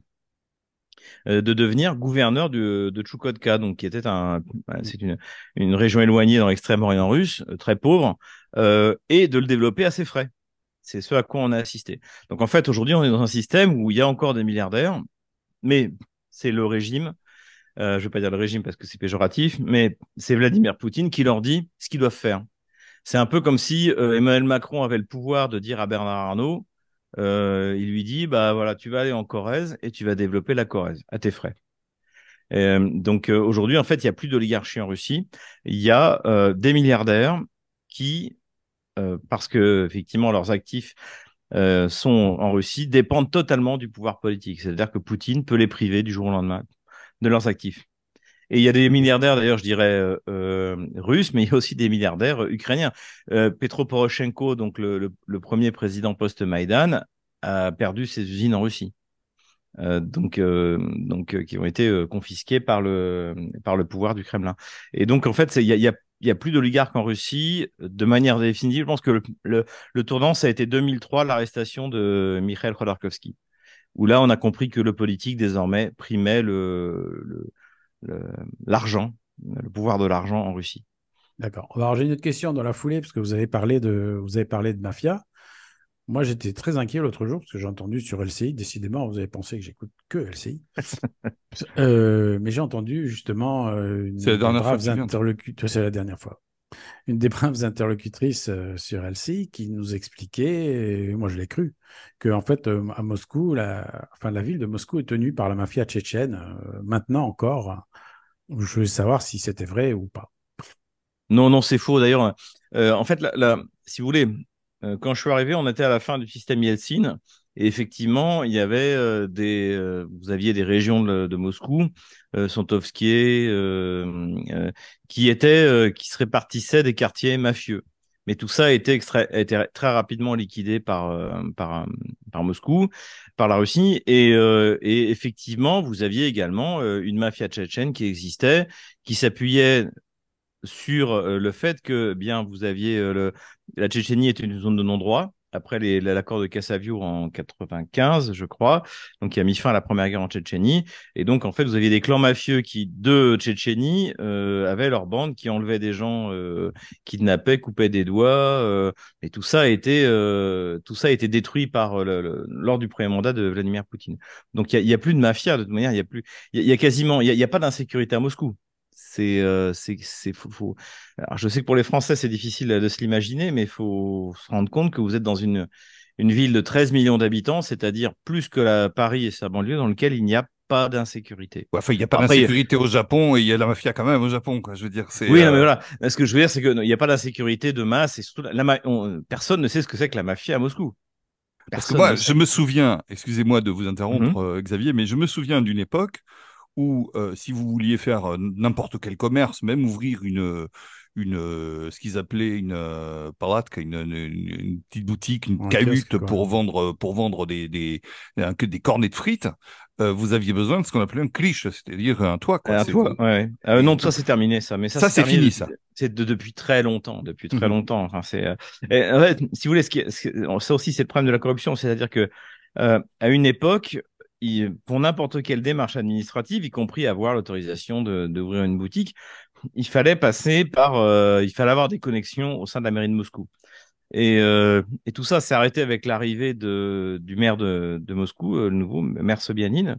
euh, de devenir gouverneur de, de Tchoukotka, donc qui était un, c'est une, une région éloignée dans l'extrême-orient russe, euh, très pauvre, euh, et de le développer à ses frais. C'est ce à quoi on a assisté. Donc en fait, aujourd'hui, on est dans un système où il y a encore des milliardaires, mais c'est le régime, euh, je ne vais pas dire le régime parce que c'est péjoratif, mais c'est Vladimir Poutine qui leur dit ce qu'ils doivent faire. C'est un peu comme si euh, Emmanuel Macron avait le pouvoir de dire à Bernard Arnault, euh, il lui dit, bah voilà, tu vas aller en Corrèze et tu vas développer la Corrèze à tes frais. Euh, donc euh, aujourd'hui, en fait, il n'y a plus d'oligarchie en Russie. Il y a euh, des milliardaires qui euh, parce que effectivement leurs actifs euh, sont en Russie, dépendent totalement du pouvoir politique. C'est-à-dire que Poutine peut les priver du jour au lendemain de leurs actifs. Et il y a des milliardaires, d'ailleurs, je dirais, euh, euh, russes, mais il y a aussi des milliardaires euh, ukrainiens. Euh, Petro Poroshenko, donc le, le, le premier président post-Maïdan, a perdu ses usines en Russie. Euh, donc, euh, donc euh, qui ont été euh, confisquées par le, par le pouvoir du Kremlin. Et donc, en fait, il y a, y a il y a plus d'oligarques en Russie de manière définitive. Je pense que le, le, le tournant, ça a été deux mille trois, l'arrestation de Mikhail Khodorkovsky, où là, on a compris que le politique, désormais, primait le, le, le, l'argent, le pouvoir de l'argent en Russie. D'accord. Alors, j'ai une autre question dans la foulée, parce que vous avez parlé de, vous avez parlé de mafia. Moi, j'étais très inquiet l'autre jour, parce que j'ai entendu sur L C I, décidément, vous avez pensé que j'écoute que L C I. Euh, mais j'ai entendu justement euh, C'est la une des dernière fois que braves tu viens. interlocutrices, c'est la dernière fois, une des braves interlocutrices euh, sur L C I qui nous expliquait, et moi je l'ai cru, que en fait euh, à Moscou, la, enfin, la ville de Moscou est tenue par la mafia tchétchène, euh, maintenant encore. Je veux savoir si c'était vrai ou pas. Non, non, c'est faux. D'ailleurs, euh, en fait, la, la, si vous voulez, euh, quand je suis arrivé, on était à la fin du système Yeltsin. Et effectivement, il y avait euh, des, euh, vous aviez des régions de, de Moscou, euh, Santovskié, euh, euh, qui étaient, euh, qui se répartissaient des quartiers mafieux. Mais tout ça a été, extrait, a été très rapidement liquidé par, euh, par, par Moscou, par la Russie. Et, euh, et effectivement, vous aviez également euh, une mafia tchétchène qui existait, qui s'appuyait sur euh, le fait que bien vous aviez euh, le, la Tchétchénie était une zone de non-droit après les, l'accord de Kassaviour en quatre-vingt-quinze, je crois, donc qui a mis fin à la première guerre en Tchétchénie. Et donc en fait vous aviez des clans mafieux qui de Tchétchénie euh, avaient leur bande qui enlevaient des gens, euh, kidnappaient, coupaient des doigts, euh, et tout ça a été euh, tout ça a été détruit par le, le, lors du premier mandat de Vladimir Poutine. Donc il y a, il y a plus de mafia de toute manière, il y a plus, il y a, il y a quasiment, il y a, il y a pas d'insécurité à Moscou. C'est, euh, c'est, c'est fou, fou. Alors, je sais que pour les Français, c'est difficile de se l'imaginer, mais il faut se rendre compte que vous êtes dans une, une ville de treize millions d'habitants, c'est-à-dire plus que la Paris et sa banlieue, dans lequel il n'y a pas d'insécurité. Ouais, enfin, il n'y a pas Après, d'insécurité au Japon et il y a la mafia quand même au Japon, quoi. Je veux dire, c'est. oui, non, mais euh, voilà. Ce que je veux dire, c'est qu'il n'y a pas d'insécurité de masse et surtout, la, la, on, personne ne sait ce que c'est que la mafia à Moscou. Parce que Personne ne moi, je sait. me souviens, excusez-moi de vous interrompre, Mhm. euh, Xavier, mais je me souviens d'une époque où, euh, si vous vouliez faire euh, n'importe quel commerce, même ouvrir une, une, euh, ce qu'ils appelaient une euh, palatka, une, une, une petite boutique, une Un kiosque, cahute quoi. pour vendre, pour vendre des, des, un- que des cornets de frites, euh, vous aviez besoin de ce qu'on appelait un cliché, c'est-à-dire un toit, quoi. Un C'est, toit, vous- ouais. ouais. Euh, et non, ça donc, c'est terminé, ça. Mais ça ça, c'est c'est terminé fini, depuis, ça. c'est de, depuis très longtemps, depuis très Mhm. longtemps. Enfin, c'est, euh, et, en fait, si vous voulez, ce qui, est- ce qui- ça aussi c'est le problème de la corruption, c'est-à-dire que euh, à une époque, il- pour n'importe quelle démarche administrative, y compris avoir l'autorisation de d'ouvrir une boutique, il fallait passer par, euh, il fallait avoir des connexions au sein de la mairie de Moscou. Et, euh, et tout ça s'est arrêté avec l'arrivée de, du maire de, de Moscou, euh, le nouveau maire Sobyanin,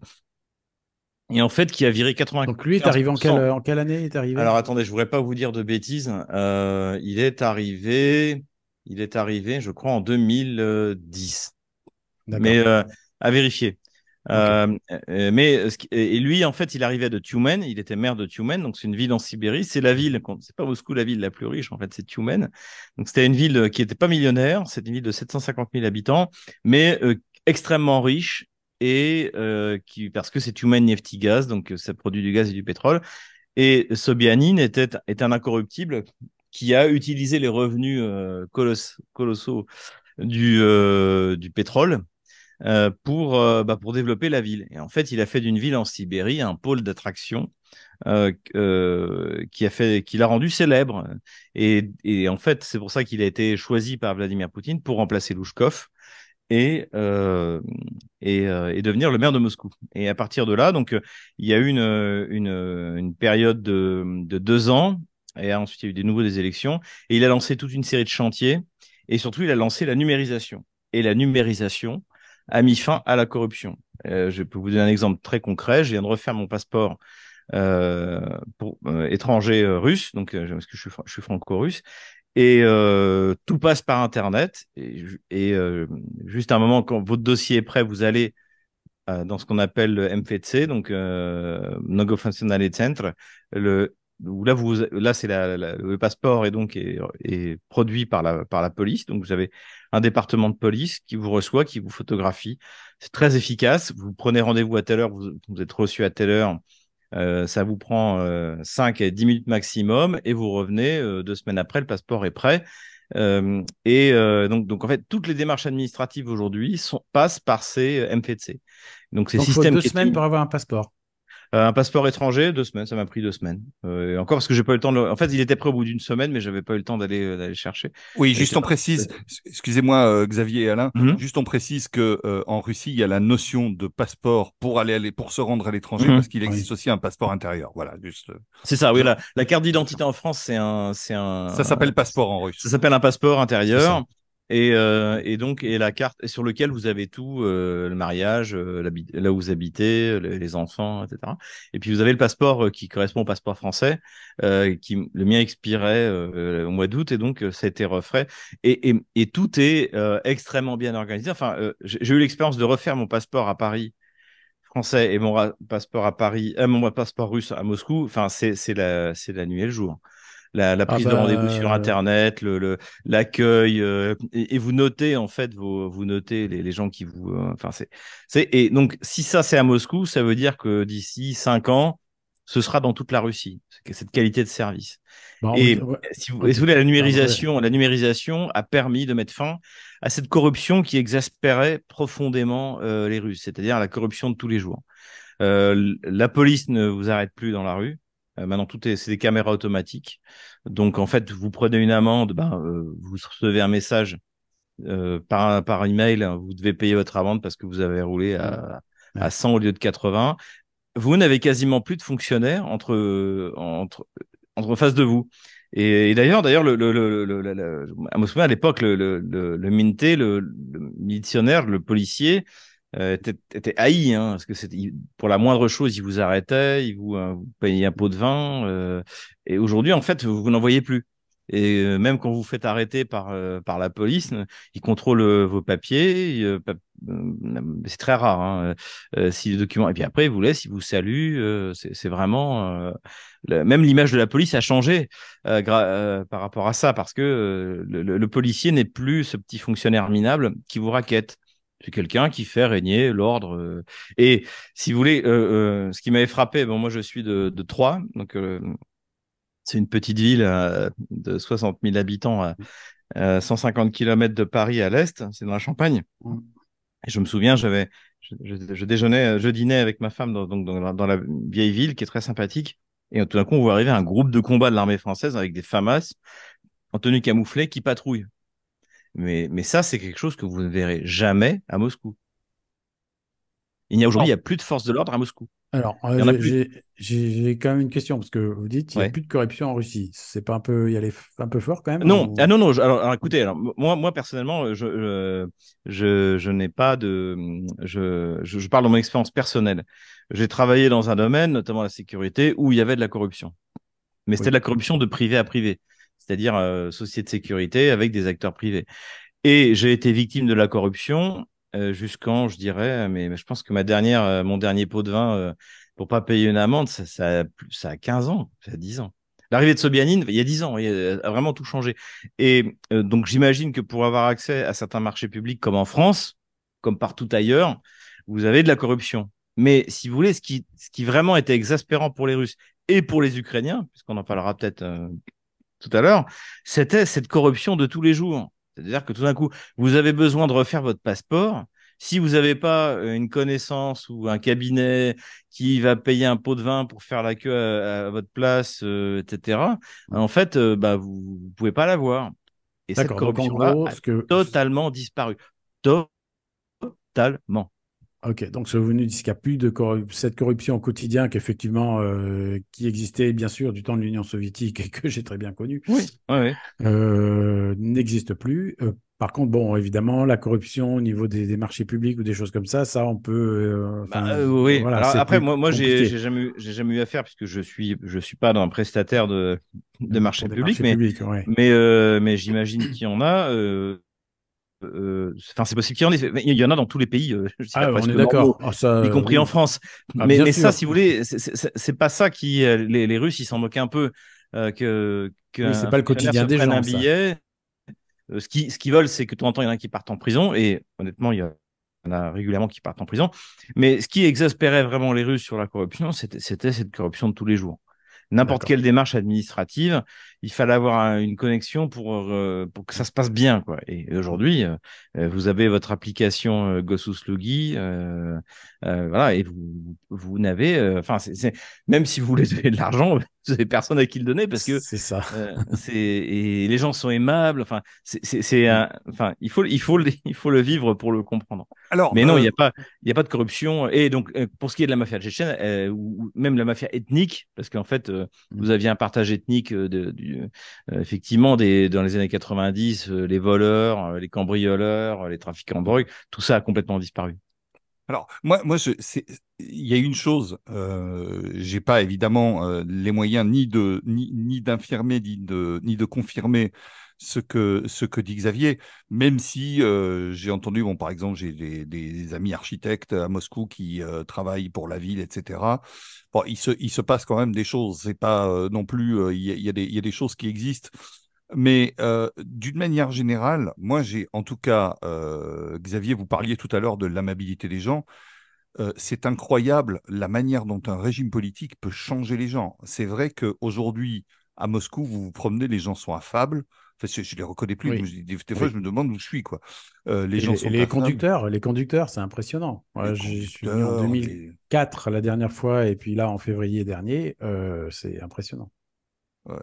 et en fait qui a viré Donc lui est arrivé en quelle, quatre-vingt-quinze pour cent. en quelle année il est arrivé? Alors attendez, je voudrais pas vous dire de bêtises. Euh, il est arrivé, il est arrivé, je crois, en deux mille dix. Mais D'accord. euh, à vérifier. Ok. Euh, euh, mais ce qui- et lui, en fait, il arrivait de Tioumen. Il était maire de Tioumen, donc c'est une ville en Sibérie. C'est la ville, c'est pas Moscou, la ville la plus riche. En fait, c'est Tioumen. Donc c'était une ville qui n'était pas millionnaire. C'était une ville de sept cent cinquante mille habitants, mais euh, extrêmement riche et euh, qui parce que c'est Tioumen Neftigaz, donc euh, ça produit du gaz et du pétrole. Et Sobyanin était, est un incorruptible qui a utilisé les revenus euh, coloss colossaux du, euh, du pétrole euh, pour, euh, bah, pour développer la ville. Et en fait, il a fait d'une ville en Sibérie un pôle d'attraction euh, euh, qui a fait, qui l'a rendu célèbre. Et, et en fait, c'est pour ça qu'il a été choisi par Vladimir Poutine pour remplacer Louchkov et, euh, et, euh, et devenir le maire de Moscou. Et à partir de là, donc, euh, il y a eu une, une, une période de, de deux ans, et ensuite il y a eu des nouveaux des élections, et il a lancé toute une série de chantiers, et surtout il a lancé la numérisation. Et la numérisation a mis fin à la corruption. Euh, je peux vous donner un exemple très concret. Je viens de refaire mon passeport euh, pour euh, étranger euh, russe, donc euh, parce que je suis, je suis franco-russe, et euh, tout passe par Internet. Et, et euh, juste un moment, quand votre dossier est prêt, vous allez euh, dans ce qu'on appelle le M F C, donc euh, Mnogofunktionality Center, le où là, vous, là c'est la, la- le passeport est donc est, est produit par la, par la police. Donc, vous avez un département de police qui vous reçoit, qui vous photographie. C'est très efficace. Vous prenez rendez-vous à telle heure, vous, vous êtes reçu à telle heure. Euh, ça vous prend euh, cinq à dix minutes maximum et vous revenez euh, deux semaines après, le passeport est prêt. Euh, et euh, donc, donc, en fait, toutes les démarches administratives aujourd'hui sont, passent par ces euh, M F C. Donc, ces Donc, il faut systèmes deux qui semaines étaient pour avoir un passeport. euh, un passeport étranger, deux semaines, ça m'a pris deux semaines. Euh, et encore parce que j'ai pas eu le temps de le... En fait, il était prêt au bout d'une semaine, mais j'avais pas eu le temps d'aller euh, d'aller chercher. Oui, Et juste c'est on pas- précise, excusez-moi euh, Xavier et Alain, Mhm, juste on précise que euh, en Russie, il y a la notion de passeport pour aller, aller pour se rendre à l'étranger parce mhm. qu'il existe Oui. aussi un passeport intérieur. Voilà, juste. euh, C'est ça, oui, je- la, la carte d'identité en France, c'est un, c'est Ça un, s'appelle passeport en russe. ça s'appelle un passeport C'est ça. intérieur. Et, euh, et donc, et la carte et sur lequel vous avez tout, euh, le mariage, euh, l'habi- là où vous habitez, les, les enfants, et cetera. Et puis vous avez le passeport euh, qui correspond au passeport français, euh, qui le mien expirait euh, au mois d'août et donc euh, ça a été refait. Et, et, et tout est euh, extrêmement bien organisé. Enfin, euh, j'ai j'ai eu l'expérience de refaire mon passeport à Paris français et mon ra- passeport à Paris, euh, mon passeport russe à Moscou. Enfin, c'est c'est la c'est la nuit et le jour. La, la Ah prise de rendez-vous sur bah, Internet, le, le- l'accueil, euh, et, et vous notez en fait vos, vous notez les, les gens qui vous, euh, enfin c'est, c'est, et donc si ça c'est à Moscou, ça veut dire que d'ici cinq ans, ce sera dans toute la Russie, c'est cette qualité de service. bah oui, Et ouais. si vous, et si Ok. vous voulez, la Pardon, ouais. numérisation, la numérisation a permis de mettre fin à cette corruption qui exaspérait profondément euh, les Russes, c'est-à-dire la corruption de tous les jours. Euh, la police ne vous arrête plus dans la rue. Euh, maintenant, tout est, c'est des caméras automatiques. Donc, en fait, vous prenez une amende, ben, euh, vous recevez un message euh, par, par email, vous devez payer votre amende parce que vous avez roulé Mm. à, à Ouais. cent au lieu de quatre-vingts. Vous n'avez quasiment plus de fonctionnaires entre, entre, entre face de vous. Et, et d'ailleurs, d'ailleurs, le, le, le, le, le- le- à me souviens à l'époque, le, le, le, le minté, le, le militaire, le policier, euh, était, était haï, hein, parce que c'était il- pour la moindre chose, il vous arrêtait, il vous, euh, vous payait un pot de vin. Euh, et aujourd'hui, en fait, vous, vous n'en voyez plus. Et euh, même quand vous faites arrêter par euh, par la police, euh, ils contrôlent euh, vos papiers. euh, pa- euh, c'est très rare, hein, euh, si les documents. Et puis après, ils vous laissent, ils vous saluent. euh, c'est c'est vraiment euh, le- même l'image de la police a changé euh, gra- euh, par rapport à ça, parce que euh, le, le- le policier n'est plus ce petit fonctionnaire minable qui vous raquette. C'est quelqu'un qui fait régner l'ordre. euh. Et si vous voulez, euh, euh, ce qui m'avait frappé, bon, moi je suis de, de Troyes, donc euh, c'est une petite ville euh, de soixante mille habitants à, à cent cinquante kilomètres de Paris à l'est, c'est dans la Champagne. Mm. Et je me souviens, j'avais, je, je- je déjeunais, je dînais avec ma femme dans, donc dans, la, dans la vieille ville qui est très sympathique. Et tout d'un coup, on voit arriver un groupe de combat de l'armée française avec des FAMAS en tenue camouflée qui patrouillent. Mais, mais ça, c'est quelque chose que vous ne verrez jamais à Moscou. Il n'y a aujourd'hui, il Alors, n'y a plus de force de l'ordre à Moscou. alors Il euh, n'y en a j'ai plus. j'ai- j'ai- j'ai quand même une question parce que vous dites il n'y a Ouais. plus de corruption en Russie. C'est pas un peu y aller f- un peu fort quand même Non, ah ou... non, non. je- alors, alors, écoutez, alors moi, moi personnellement, je, je, je, je n'ai pas de, je, je, je parle de mon expérience personnelle. J'ai travaillé dans un domaine, notamment la sécurité, où il y avait de la corruption. Mais c'était de Oui. la corruption de privé à privé, c'est-à-dire euh, société de sécurité avec des acteurs privés. Et j'ai été victime de la corruption euh, jusqu'en, je dirais, mais, mais je pense que ma dernière, euh, mon dernier pot de vin euh, pour pas payer une amende, ça, ça, a, plus- ça a quinze ans, ça a dix ans. L'arrivée de Sobyanin, il y a dix ans, il a vraiment tout changé. Et euh, donc j'imagine que pour avoir accès à certains marchés publics comme en France, comme partout ailleurs, vous avez de la corruption. Mais si vous voulez, ce qui, ce qui vraiment était exaspérant pour les Russes et pour les Ukrainiens, puisqu'on en parlera peut-être euh, tout à l'heure, c'était cette corruption de tous les jours. C'est-à-dire que tout d'un coup, vous avez besoin de refaire votre passeport. Si vous n'avez pas euh, une connaissance ou un cabinet qui va payer un pot de vin pour faire la queue à, à votre place, euh, et cetera, en fait, euh, bah, vous ne pouvez pas l'avoir. Et cette D'accord. Donc en corruption-là gros, a ce que totalement disparu. Totalement. ok, donc ce que vous nous dites qu'il n'y a plus de corru- cette corruption au quotidien qu'effectivement euh, qui existait bien sûr du temps de l'Union soviétique et que j'ai très bien connu Oui, oui, oui. euh, n'existe plus. Euh, par contre, bon, évidemment, la corruption au niveau des, des marchés publics ou des choses comme ça, ça on peut, euh, Bah, enfin euh, oui. voilà, Alors c'est après, plus moi, moi, j'ai, compliqué j'ai jamais, eu- j'ai jamais eu affaire puisque je suis, je suis pas un prestataire de, de euh, marché pour des public, marchés mais, publics, ouais. mais, euh, mais j'imagine qu'il y en a. euh, euh, enfin, c'est possible qu'il y en ait. Mais il y en a dans tous les pays, euh, je dirais Ah, on presque est normaux, d'accord. Ah, ça, y euh, compris en oui. France. Ah, Mais, bien mais ça, sûr. si vous voulez, c'est c'est- c'est pas ça qui. euh, Les, les Russes, ils s'en moquaient un peu euh, que Oui, c'est qu'un pas le fonctionnaire quotidien se des prenne un gens, ça. billet. Euh, ce qui, ce qu'ils veulent, c'est que de temps en temps, il y en a qui partent en prison. Et honnêtement, il y a, il y en a régulièrement qui partent en prison. Mais ce qui exaspérait vraiment les Russes sur la corruption, c'était c'était cette corruption de tous les jours. N'importe D'accord. quelle démarche administrative, il fallait avoir un- une connexion pour, euh, pour que ça se passe bien, quoi. Et aujourd'hui, euh, euh, vous avez votre application euh, Gosuslugi, euh, euh, voilà, et vous, vous n'avez, euh, enfin, c'est, c'est- même si vous voulez donner de l'argent, vous n'avez personne à qui le donner parce que C'est ça. euh, c'est et les gens sont aimables. Enfin, c'est, c'est, c'est Mm. un- enfin, il faut, il faut le, il faut le vivre pour le comprendre. Alors, Mais non, il euh, n'y a pas, il y a pas de corruption. Et donc, euh, pour ce qui est de la mafia tchétchène, euh, ou, ou même la mafia ethnique, parce qu'en fait, euh, Mm. vous aviez un partage ethnique euh, de, du, euh, effectivement, des, dans les années quatre-vingt-dix, euh, les voleurs, euh, les cambrioleurs, euh, les trafiquants de drogue, tout ça a complètement disparu. alors moi, moi, je, c'est, il y a une chose. Euh, j'ai pas évidemment euh, les moyens ni de ni, ni d'infirmer ni de ni de confirmer ce que ce que dit Xavier, même si euh, j'ai entendu, bon, par exemple, j'ai des, des amis architectes à Moscou qui euh, travaillent pour la ville, et cetera. Bon, il se il se passe quand même des choses. C'est pas euh, non plus. euh, Il y a, il y a des il y a des choses qui existent. Mais euh, d'une manière générale, moi j'ai en tout cas, euh, Xavier, vous parliez tout à l'heure de l'amabilité des gens. Euh, c'est incroyable la manière dont un régime politique peut changer les gens. C'est vrai qu'aujourd'hui, à Moscou, vous vous promenez, les gens sont affables. Enfin, je ne les reconnais plus. Oui. Je- Des, des fois, je Oui. me demande où je suis, quoi. Euh, les Et gens les, et sont les affables, conducteurs, les conducteurs, c'est impressionnant. les Moi, je je suis venu en conducteurs, les... deux mille quatre la dernière fois, et puis là, en février dernier, euh, c'est impressionnant. ouais.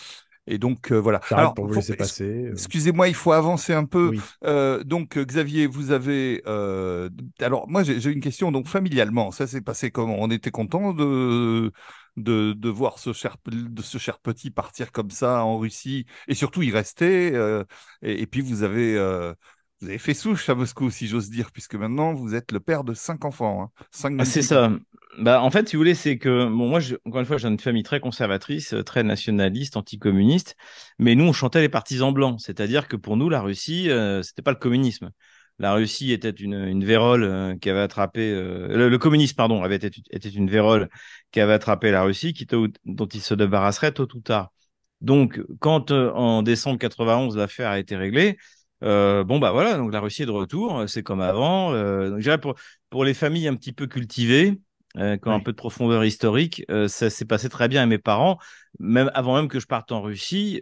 Et donc, euh, voilà. T'arrêtes Alors, pour vous faut- laisser ex- passer. euh, excusez-moi, il faut avancer un peu. Oui. Euh, donc, euh, Xavier, vous avez... euh, alors, moi, j'ai j'ai une question. Donc, familialement, ça s'est passé comment? On était content de, de, de voir ce cher, de ce cher petit partir comme ça en Russie. Et surtout, il restait. euh, et, et puis, vous avez, euh, vous avez fait souche à Moscou, si j'ose dire, puisque maintenant, vous êtes le père de cinq enfants, hein, cinq Ah, c'est magnifiques ça. enfants. Bah, en fait, si vous voulez, c'est que, bon, moi, je, encore une fois, j'ai une famille très conservatrice, euh, très nationaliste, anticommuniste, mais nous, on chantait les partisans blancs. C'est-à-dire que pour nous, la Russie, euh, c'était pas le communisme. La Russie était une, une vérole euh, qui avait attrapé, euh, le, le communisme, pardon, avait été, était une vérole qui avait attrapé la Russie, qui, tôt ou- dont il se débarrasserait tôt ou tard. Donc, quand euh, en décembre quatre-vingt-onze, l'affaire a été réglée, euh, bon, bah voilà, donc la Russie est de retour, euh, c'est comme avant. Euh, donc, je dirais pour, pour les familles un petit peu cultivées, euh, qui ont un Oui. peu de profondeur historique, euh, ça s'est passé très bien. Et mes parents, même avant même que je parte en Russie,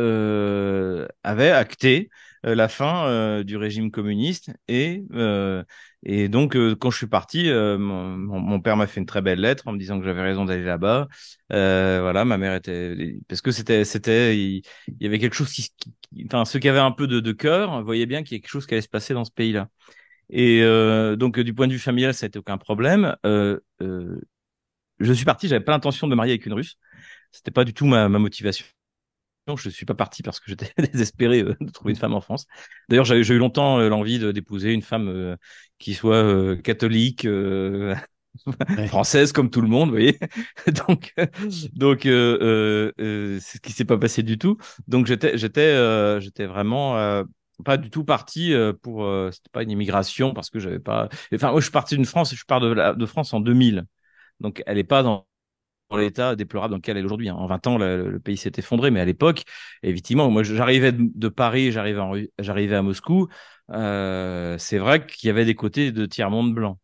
euh, avaient acté euh, la fin euh, du régime communiste. Et, euh, et donc, euh, quand je suis parti, euh, mon, mon- mon père m'a fait une très belle lettre en me disant que j'avais raison d'aller là-bas. Euh, voilà, ma mère était... Parce que c'était... c'était il, il y avait quelque chose qui... qui- Enfin, ceux qui avaient un peu de, de cœur voyaient bien qu'il y a quelque chose qui allait se passer dans ce pays-là. Et euh, donc, euh, du point de vue familial, ça n'a été aucun problème. Euh, euh, je suis parti, j'avais pas l'intention de me marier avec une Russe. C'était pas du tout ma, ma motivation. Je suis pas parti parce que j'étais désespéré euh, de trouver une femme en France. D'ailleurs, j'ai j'ai eu longtemps euh, l'envie de- d'épouser une femme euh, qui soit euh, catholique, euh, Ouais. française comme tout le monde, vous voyez. Donc, euh, donc euh, euh, euh, c'est ce qui s'est pas passé du tout. Donc j'étais, j'étais, euh, j'étais vraiment euh, pas du tout parti euh, pour. Euh, c'était pas une immigration parce que j'avais pas. Enfin, moi, je suis parti d'une France, je pars de, la- de France en deux mille. Donc, elle est pas dans dans l'état déplorable dans lequel elle est aujourd'hui, hein. En vingt ans, le, le pays s'est effondré, mais à l'époque, effectivement, moi, j'arrivais de, de Paris, j'arrivais en Ru- j'arrivais à Moscou. Euh, c'est vrai qu'il y avait des côtés de tiers-monde blanc,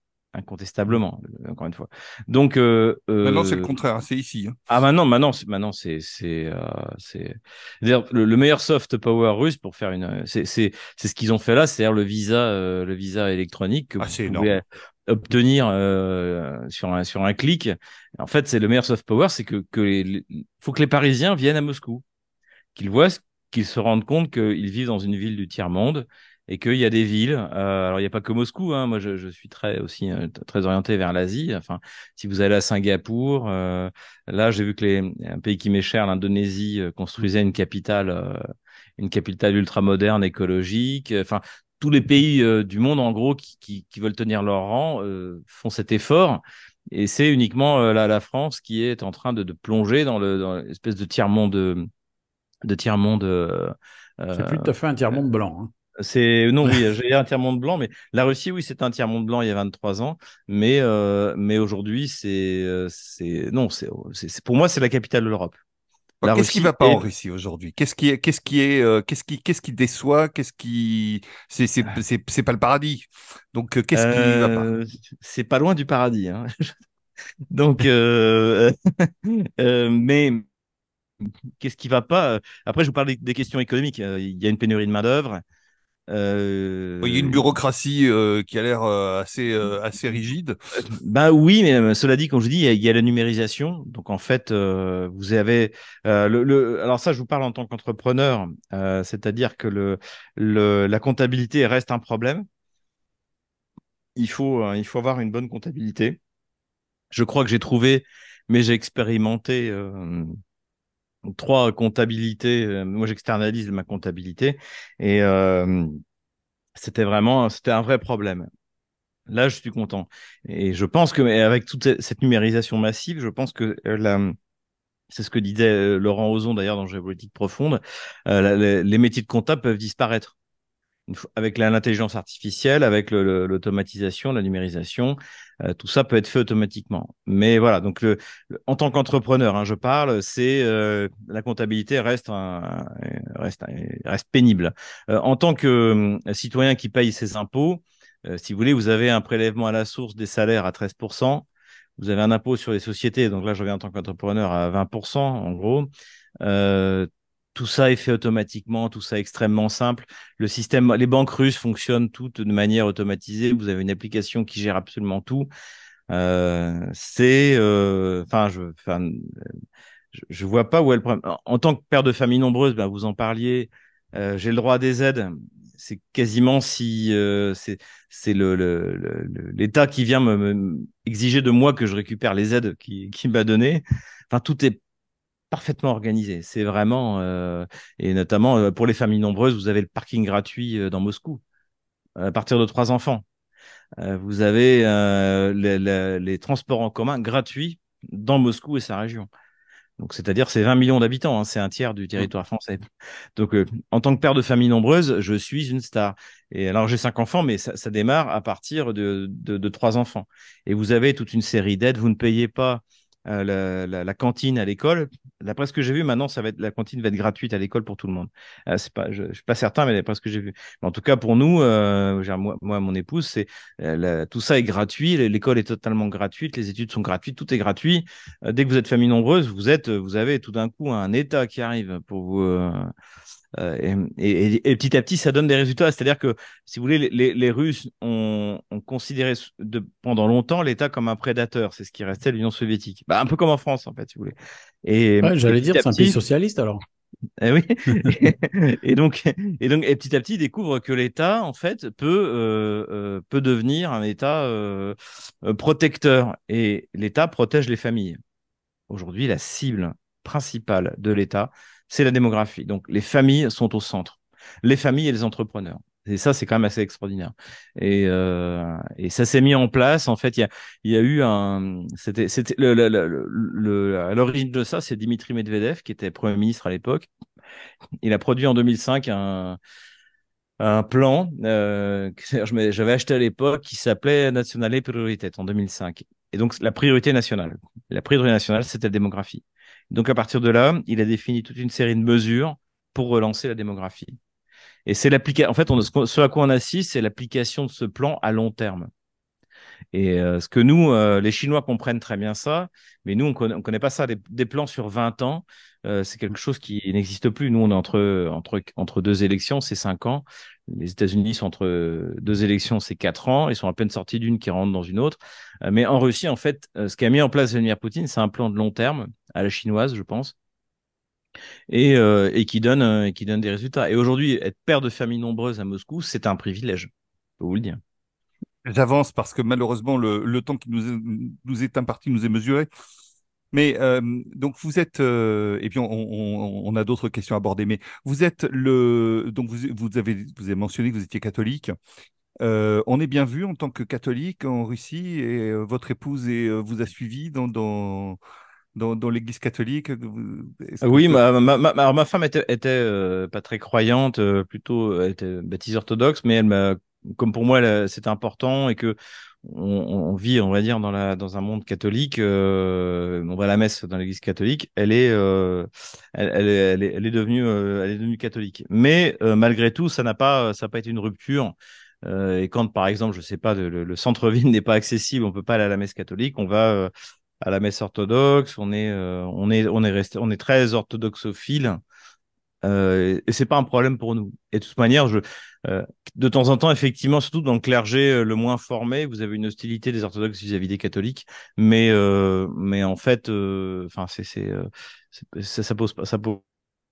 Mm. incontestablement, euh, encore une fois. Donc, euh, Maintenant, c'est le euh, contraire, hein, c'est ici, hein. ah maintenant, maintenant, c'est, maintenant, c'est, c'est, euh, c'est, d'ailleurs, le, le meilleur soft power russe pour faire une, c'est, c'est, c'est ce qu'ils ont fait là, c'est-à-dire le visa, euh, le visa électronique que Ah, vous c'est pouvez énorme. obtenir euh, sur un sur un clic. En fait, c'est le meilleur soft power, c'est que que les, les- faut que les Parisiens viennent à Moscou, qu'ils voient, qu'ils se rendent compte qu'ils vivent dans une ville du tiers-monde et qu'il y a des villes. Euh, alors, il n'y a pas que Moscou, hein. Moi, je, je suis très aussi euh, très orienté vers l'Asie. Enfin, si vous allez à Singapour, euh, là, j'ai vu que les, un pays qui m'est cher, l'Indonésie, euh, construisait une capitale, euh, une capitale ultra-moderne, écologique. Enfin, tous les pays euh, du monde, en gros, qui, qui, qui veulent tenir leur rang, euh, font cet effort. Et c'est uniquement euh, la, la France qui est en train de, de plonger dans le dans l'espèce de tiers-monde de tiers-monde. Euh, C'est plus euh, tout à fait un tiers-monde blanc, hein. C'est non, oui, j'ai un tiers-monde blanc, mais la Russie, oui, c'était un tiers-monde blanc il y a vingt-trois ans, mais euh, mais aujourd'hui, c'est euh, c'est non, c'est c'est c'est- pour moi, c'est la capitale de l'Europe. Alors, La qu'est-ce qui Russie va pas en est Russie aujourd'hui? Qu'est-ce qui est, qu'est-ce qui est, euh, qu'est-ce qui, qu'est-ce qui déçoit? Qu'est-ce qui, c'est, c'est, c'est, c'est pas le paradis. Donc, euh, qu'est-ce qui va pas? euh, c'est pas loin du paradis, hein. Donc, euh, euh, mais qu'est-ce qui va pas? Après, je vous parle des, des questions économiques. Euh, Il y a une pénurie de main-d'œuvre. Il y a une Euh, bureaucratie euh, qui a l'air euh, assez, euh, assez rigide. Bah oui, mais euh, cela dit, comme je dis, il y a, il y a la numérisation. Donc en fait, euh, vous avez euh, le, le- alors ça, je vous parle en tant qu'entrepreneur, euh, c'est-à-dire que le, le la comptabilité reste un problème. Il faut euh, il faut avoir une bonne comptabilité. Je crois que j'ai trouvé, mais j'ai expérimenté euh, trois comptabilités. Euh, Moi, j'externalise ma comptabilité et euh, c'était vraiment c'était un vrai problème. Là, je suis content. Et je pense que, mais avec toute cette numérisation massive, je pense que euh, la, c'est ce que disait euh, Laurent Ozon d'ailleurs dans Géopolitique profonde, euh, la- les, les métiers de comptable peuvent disparaître. Une fois- Avec la- l'intelligence artificielle, avec le- le- l'automatisation, la numérisation, euh, tout ça peut être fait automatiquement. Mais voilà, donc le, le- en tant qu'entrepreneur, hein, je parle, c'est euh, la comptabilité reste un, reste, reste pénible. Euh, en tant que euh, citoyen qui paye ses impôts, euh, si vous voulez, vous avez un prélèvement à la source des salaires à treize pour cent. Vous avez un impôt sur les sociétés, donc là je reviens en tant qu'entrepreneur à vingt pour cent en gros. Euh, tout ça est fait automatiquement, tout ça est extrêmement simple. Le système, les banques russes fonctionnent toutes de manière automatisée. Vous avez une application qui gère absolument tout. Euh, c'est, euh, enfin, je, enfin, je, je vois pas où est le problème. En, en tant que père de famille nombreuse, ben, vous en parliez. Euh, j'ai le droit à des aides. C'est quasiment si euh, c'est c'est le, le, le- le- l'État qui vient me, me exiger de moi que je récupère les aides qui qui m'a donné. Enfin, tout est parfaitement organisé. C'est vraiment, euh, et notamment euh, pour les familles nombreuses, vous avez le parking gratuit euh, dans Moscou à partir de trois enfants. Euh, vous avez euh, les, les- les transports en commun gratuits dans Moscou et sa région. Donc, c'est-à-dire, c'est vingt millions d'habitants, hein, c'est un tiers du Mm. territoire français. Donc, euh, en tant que père de famille nombreuse, je suis une star. Et alors, j'ai cinq enfants, mais ça, ça démarre à partir de, de, de trois enfants. Et vous avez toute une série d'aides. Vous ne payez pas euh, la, la, la cantine à l'école. D'après ce que j'ai vu, maintenant, ça va être, la cantine va être gratuite à l'école pour tout le monde. Euh, c'est pas, je ne suis pas certain, mais d'après ce que j'ai vu. Mais en tout cas, pour nous, euh, j'ai- moi, moi, mon épouse, c'est, euh, la- tout ça est gratuit. L'école est totalement gratuite. Les études sont gratuites. Tout est gratuit. Euh, dès que vous êtes famille nombreuse, vous êtes, vous avez tout d'un coup un État qui arrive pour vous. euh, euh, et, et- et petit à petit, ça donne des résultats. C'est-à-dire que, si vous voulez, les, les- les Russes ont, ont considéré de- pendant longtemps l'État comme un prédateur. C'est ce qui restait de l'Union soviétique. Bah, un peu comme en France, en fait, si vous voulez. Et, Ouais, et j'allais petit dire, à c'est un pays petit, socialiste alors. eh oui. Et donc, et donc, et petit à petit, ils découvrent que l'État, en fait, peut, euh, euh, peut devenir un État euh, euh, protecteur. Et l'État protège les familles. Aujourd'hui, la cible principale de l'État, c'est la démographie. Donc, les familles sont au centre. Les familles et les entrepreneurs. Et ça, c'est quand même assez extraordinaire. Et, euh, et ça s'est mis en place. En fait, il y a, il y a eu un. C'était, c'était le, le- le- le- le- à l'origine de ça, c'est Dimitri Medvedev, qui était Premier ministre à l'époque. Il a produit en deux mille cinq un, un plan euh, que je m'ai- j'avais acheté à l'époque qui s'appelait Nationale Prioritet en deux mille cinq. Et donc, la priorité nationale. La priorité nationale, c'était la démographie. Donc, à partir de là, il a défini toute une série de mesures pour relancer la démographie. Et c'est l'application. En fait, on, ce, qu'on- ce à quoi on assiste, c'est l'application de ce plan à long terme. Et euh, ce que nous, euh, les Chinois comprennent très bien ça, mais nous, on connaît, on connaît pas ça. Des, des plans sur vingt ans, euh, c'est quelque chose qui n'existe plus. Nous, on est entre, entre, entre deux élections, c'est cinq ans. Les États-Unis sont entre deux élections, c'est quatre ans. Ils sont à peine sortis d'une qui rentre dans une autre. Euh, mais en Russie, en fait, euh, ce qu'a mis en place Vladimir Poutine, c'est un plan de long terme, à la chinoise, je pense, et, euh, et qui donne, euh, et qui donne des résultats. Et aujourd'hui, être père de famille nombreuse à Moscou, c'est un privilège. Je peux vous le dire. J'avance parce que malheureusement, le, le temps qui nous est, nous est imparti nous est mesuré. Mais euh, donc vous êtes, euh, et puis on, on- on a d'autres questions à aborder, mais vous êtes le, donc vous, vous avez, vous avez mentionné que vous étiez catholique. Euh, on est bien vu en tant que catholique en Russie et euh, votre épouse et, euh, vous a suivi dans, dans, dans, dans l'Église catholique? Est-ce qu'on Oui, peut... ma, ma, ma, alors, ma femme était, était euh, pas très croyante, euh, plutôt elle était baptisée orthodoxe, mais elle m'a, comme pour moi, elle, c'est important et que on, on vit, on va dire, dans la dans un monde catholique, euh, on va à la messe dans l'Église catholique, elle est, euh, elle, elle, est, elle est, elle est devenue, euh, elle est devenue catholique. Mais euh, malgré tout, ça n'a pas, ça n'a pas été une rupture. Euh, et quand, par exemple, je sais pas, le, le centre-ville n'est pas accessible, on peut pas aller à la messe catholique, on va euh, à la messe orthodoxe, on est, euh, on est, on est resté, on est très orthodoxophile, euh, et c'est pas un problème pour nous. Et de toute manière, je, euh, de temps en temps, effectivement, surtout dans le clergé euh, le moins formé, vous avez une hostilité des orthodoxes vis-à-vis des catholiques, mais, euh, mais en fait, euh, enfin, c'est, c'est, euh, c'est- ça, ça pose pas, ça pose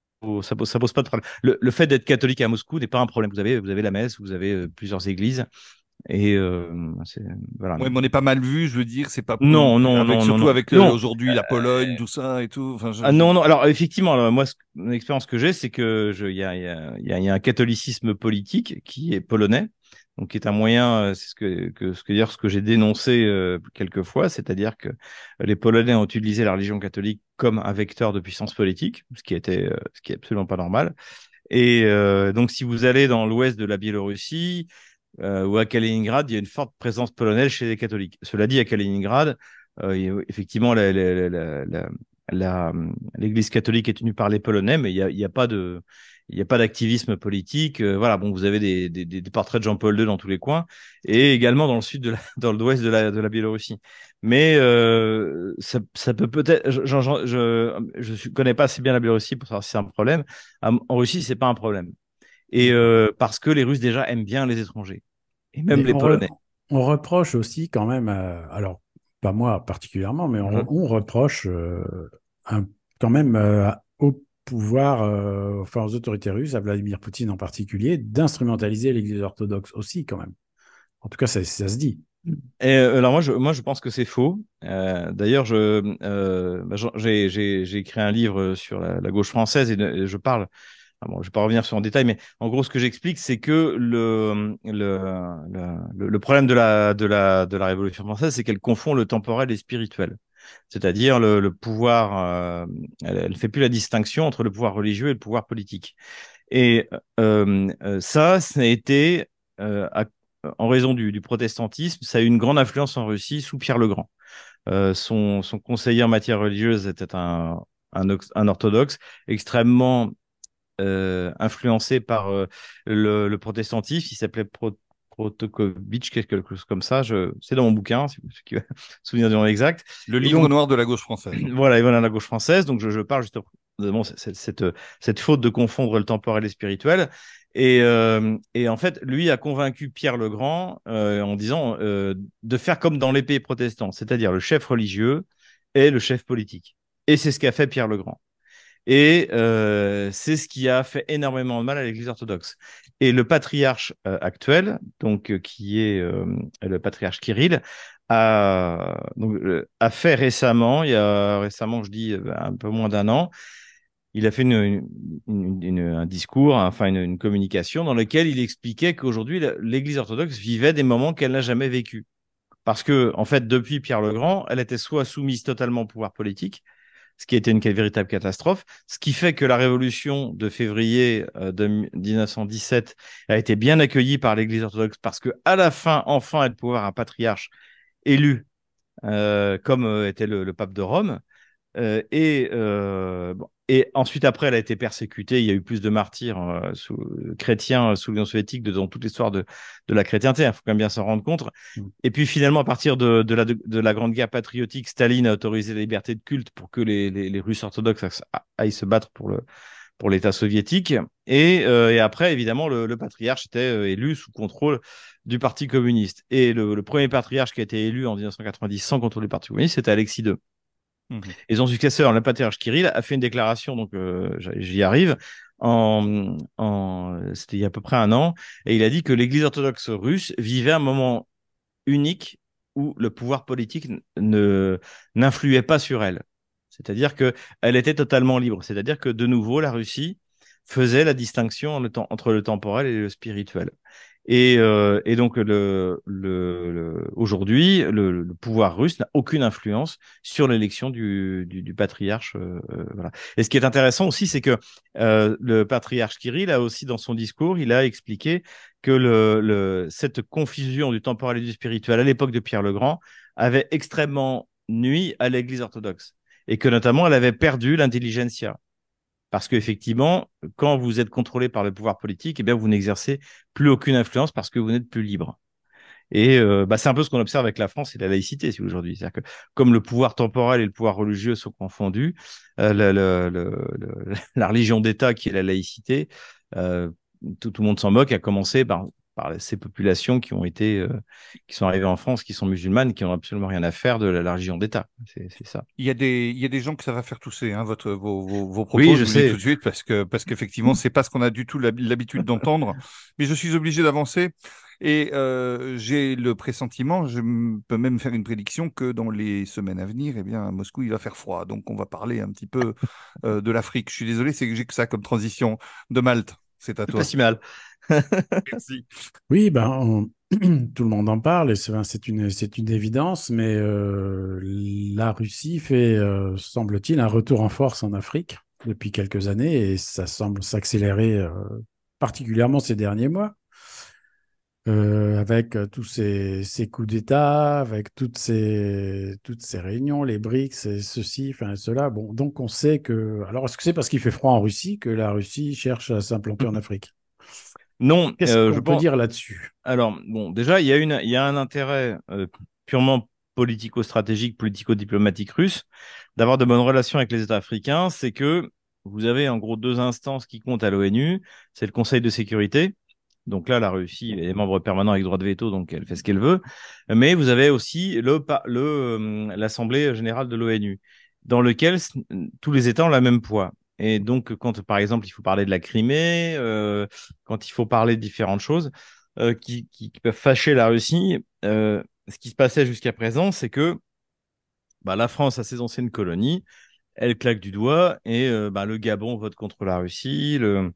ça pose, ça pose pas de problème. Le, le fait d'être catholique à Moscou n'est pas un problème. Vous avez, vous avez la messe, vous avez euh, plusieurs églises, et euh, c'est, voilà. Ouais, mais on n'est pas mal vu, je veux dire, c'est pas Non, plus... non, avec non, non, surtout non, avec euh, non. aujourd'hui la Pologne, tout ça et tout. Enfin, je, Ah je- non, non. Alors effectivement, alors, moi, ce- l'expérience que j'ai, c'est que je, il y a, il y a, il y a il y a un catholicisme politique qui est polonais, donc qui est un moyen, euh, c'est ce que, que ce que dire, ce que j'ai dénoncé euh, quelques fois, c'est-à-dire que les Polonais ont utilisé la religion catholique comme un vecteur de puissance politique, ce qui était, euh, ce qui est absolument pas normal. Et euh, donc, si vous allez dans l'ouest de la Biélorussie euh, ou à Kaliningrad, il y a une forte présence polonaise chez les catholiques. Cela dit, à Kaliningrad, euh, il y a- effectivement, la- la- la- la- la- l'Église catholique est tenue par les Polonais, mais il n'y a, il y a pas de, il y a pas d'activisme politique. Euh, voilà, bon, vous avez des, des, des- des portraits de Jean-Paul deux dans tous les coins, et également dans le sud de la, dans l'ouest de la, de la Biélorussie. Mais euh, ça, ça peut peut-être, je, je, je, je je connais pas assez bien la Biélorussie pour savoir si c'est un problème. En en Russie, c'est pas un problème. Et D'accord. euh, parce que les Russes déjà aiment bien les étrangers, et même Mais les on, re- Polonais. on reproche aussi quand même, à- alors pas moi particulièrement, mais on, re- Mhm. on reproche euh, un- quand même euh, au pouvoir, euh, enfin aux autorités russes, à Vladimir Poutine en particulier, d'instrumentaliser l'Église orthodoxe aussi quand même. En tout cas, ça, ça se dit. Et euh, alors moi je, moi, je pense que c'est faux. Euh, d'ailleurs, je, euh, bah, j'en- j'ai, j'ai, j'ai écrit un livre sur la, la gauche française et, de- et je parle. Ah bon, je vais pas revenir sur en détail, mais en gros, ce que j'explique, c'est que le, le, le, le problème de la, de la, de la Révolution française, c'est qu'elle confond le temporel et le spirituel. C'est-à-dire le, le pouvoir, euh, elle, elle fait plus la distinction entre le pouvoir religieux et le pouvoir politique. Et euh, euh, ça, ça a été, euh, à- en raison du, du protestantisme, ça a eu une grande influence en Russie sous Pierre le Grand. Euh, son, son conseiller en matière religieuse était un, un, ox- un orthodoxe extrêmement euh, influencé par euh, le, le protestantisme. Il s'appelait Pro Protokovitch, quelque chose comme ça. Je... C'est dans mon bouquin, si vous si vous vous souvenez du nom exact. Le Et livre donc, noir de la gauche française. voilà, Yvonne à la gauche française. Donc, je, je parle justement de bon, cette, cette, cette faute de confondre le temporel et le spirituel. Et, euh, et en fait, lui a convaincu Pierre le Grand euh, en disant euh, de faire comme dans les pays protestants, c'est-à-dire le chef religieux et le chef politique. Et c'est ce qu'a fait Pierre le Grand. Et euh, c'est ce qui a fait énormément de mal à l'Église orthodoxe. Et le patriarche euh, actuel, donc euh, qui est euh, le patriarche Kirill, a, donc, euh, a fait récemment, il y a récemment, je dis euh, un peu moins d'un an, il a fait une, une- une- une- un discours, enfin une, une communication dans lequel il expliquait qu'aujourd'hui la- l'Église orthodoxe vivait des moments qu'elle n'a jamais vécus. Parce que, en fait, depuis Pierre le Grand, elle était soit soumise totalement au pouvoir politique, ce qui était une véritable catastrophe, ce qui fait que la révolution de février euh, de mille neuf cent dix-sept a été bien accueillie par l'Église orthodoxe parce que à la fin, enfin, elle pouvoir un patriarche élu euh, comme euh, était le, le pape de Rome. Euh, et, euh, bon, et ensuite, après, elle a été persécutée. Il y a eu plus de martyrs euh, sous, chrétiens euh, sous l'Union soviétique de, dans toute l'histoire de, de la chrétienté. Il faut quand même bien s'en rendre compte. Mm. Et puis finalement, à partir de, de, la, de, de la Grande Guerre patriotique, Staline a autorisé la liberté de culte pour que les, les, les Russes orthodoxes aillent se battre pour le, pour l'État soviétique. Et, euh, et après, évidemment, le, le patriarche était euh, élu sous contrôle du Parti communiste. Et le, le premier patriarche qui a été élu en mille neuf cent quatre-vingt-dix sans contrôle du Parti communiste, c'était Alexis deux. Mhm. Et son successeur, le patriarche Kirill, a fait une déclaration, donc euh, j'y arrive, en, en, c'était il y a à peu près un an, et il a dit que l'Église orthodoxe russe vivait un moment unique où le pouvoir politique ne n'influait pas sur elle. C'est-à-dire que elle était totalement libre. C'est-à-dire que de nouveau, la Russie faisait la distinction entre le temporel et le spirituel. Et, euh, et donc, le, le, le, aujourd'hui, le, le pouvoir russe n'a aucune influence sur l'élection du, du, du patriarche. Euh, euh, voilà. Et ce qui est intéressant aussi, c'est que euh, le patriarche Kirill a aussi, dans son discours, il a expliqué que le, le, cette confusion du temporel et du spirituel à l'époque de Pierre le Grand avait extrêmement nui à l'Église orthodoxe et que notamment elle avait perdu l'intelligentsia. Parce qu'effectivement, quand vous êtes contrôlé par le pouvoir politique, eh bien, vous n'exercez plus aucune influence parce que vous n'êtes plus libre. Et euh, bah, c'est un peu ce qu'on observe avec la France et la laïcité si, aujourd'hui. C'est-à-dire que comme le pouvoir temporel et le pouvoir religieux sont confondus, euh, le, le, le, la religion d'État qui est la laïcité, euh, tout, tout le monde s'en moque, à commencer par, par ces populations qui ont été, euh, qui sont arrivées en France, qui sont musulmanes, qui n'ont absolument rien à faire de la, la religion d'État. C'est, c'est ça. Il y a des, il y a des gens que ça va faire tousser, hein, votre, vos, vos, vos Oui, propos, je je vous le dis tout sais. de suite, parce que, parce qu'effectivement, c'est pas ce qu'on a du tout l'hab- l'habitude d'entendre, mais je suis obligé d'avancer. Et euh, j'ai le pressentiment, je m- peux même faire une prédiction que dans les semaines à venir, eh bien, à Moscou, il va faire froid. Donc, on va parler un petit peu euh, de l'Afrique. Je suis désolé, c'est que j'ai que ça comme transition de Malte. C'est à C'est pas toi. si mal. Merci. Oui, ben, on- tout le monde en parle et c'est c'est une, c'est une évidence, mais euh, la Russie fait, euh, semble-t-il, un retour en force en Afrique depuis quelques années et ça semble s'accélérer euh, particulièrement ces derniers mois. Euh, avec euh, tous ces, ces coups d'État, avec toutes ces, toutes ces réunions, les BRICS, et ceci, enfin cela. Bon, donc on sait que. Alors, est-ce que c'est parce qu'il fait froid en Russie que la Russie cherche à s'implanter en Afrique? Non, Qu'est-ce euh, je qu'on peut pense. dire là-dessus? Alors, bon, déjà, il y a une, il y a un intérêt euh, purement politico-stratégique, politico-diplomatique russe d'avoir de bonnes relations avec les États africains. C'est que vous avez en gros deux instances qui comptent à l'ONU. C'est le Conseil de sécurité. Donc là, la Russie est membre permanent avec droit de veto, donc elle fait ce qu'elle veut. Mais vous avez aussi le, pa- le, euh, l'Assemblée générale de l'ONU, dans lequel s- tous les États ont la même poids. Et donc, quand, par exemple, il faut parler de la Crimée, euh, quand il faut parler de différentes choses euh, qui, qui- qui peuvent fâcher la Russie, euh, ce qui se passait jusqu'à présent, c'est que bah, la France a ses anciennes colonies, elle claque du doigt, et euh, bah, le Gabon vote contre la Russie, le,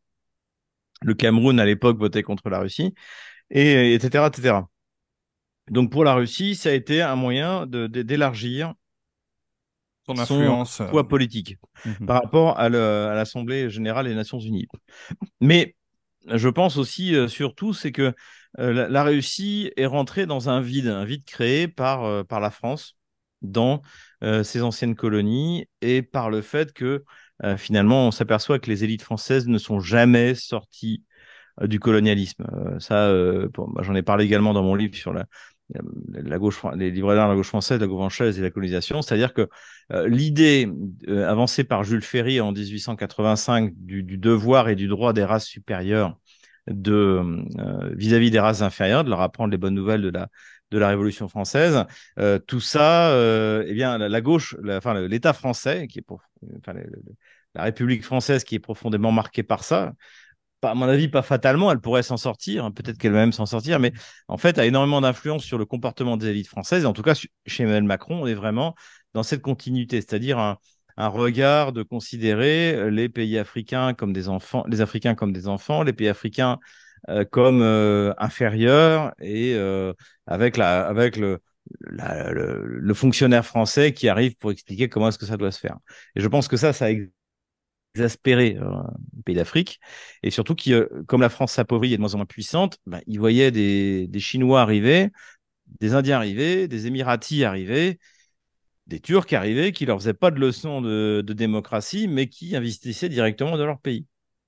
le Cameroun à l'époque votait contre la Russie, et etc., et cetera. Donc pour la Russie, ça a été un moyen de, de- d'élargir Ton son influence. euh, poids politique mhm. par rapport à, le- à l'Assemblée générale des Nations Unies. Mais je pense aussi, euh, surtout, c'est que euh, la, la Russie est rentrée dans un vide, un vide créé par, euh, par la France dans euh, ses anciennes colonies et par le fait que euh, finalement on s'aperçoit que les élites françaises ne sont jamais sorties euh, du colonialisme. Euh, ça, euh, bon, moi, j'en ai parlé également dans mon livre sur la, la gauche, les livres d'art de la gauche française, la gauche française et la colonisation. C'est-à-dire que euh, l'idée euh, avancée par Jules Ferry en dix-huit cent quatre-vingt-cinq du, du devoir et du droit des races supérieures de euh, vis-à-vis des races inférieures, de leur apprendre les bonnes nouvelles de la de la Révolution française, euh, tout ça, euh, eh bien la, la gauche, la, enfin l'État français, qui est pour, enfin, le, le, la République française, qui est profondément marquée par ça, pas, à mon avis, pas fatalement, elle pourrait s'en sortir, hein, peut-être qu'elle va même s'en sortir, mais en fait, a énormément d'influence sur le comportement des élites françaises. Et en tout cas, chez Emmanuel Macron, on est vraiment dans cette continuité, c'est-à-dire un, un regard de considérer les pays africains comme des enfants, les Africains comme des enfants, les pays africains euh, comme euh, inférieurs et euh, avec la, avec le, la- le, le fonctionnaire français qui arrive pour expliquer comment est-ce que ça doit se faire. Et je pense que ça, ça exaspéré euh, les pays d'Afrique, et surtout qui, euh, comme la France s'appauvrit et est de moins en moins puissante, bah, ils voyaient des, des Chinois arriver, des Indiens arriver, des Émiratis arriver, des Turcs arriver, qui leur faisaient pas de leçons de, de démocratie, mais qui investissaient directement dans leur pays.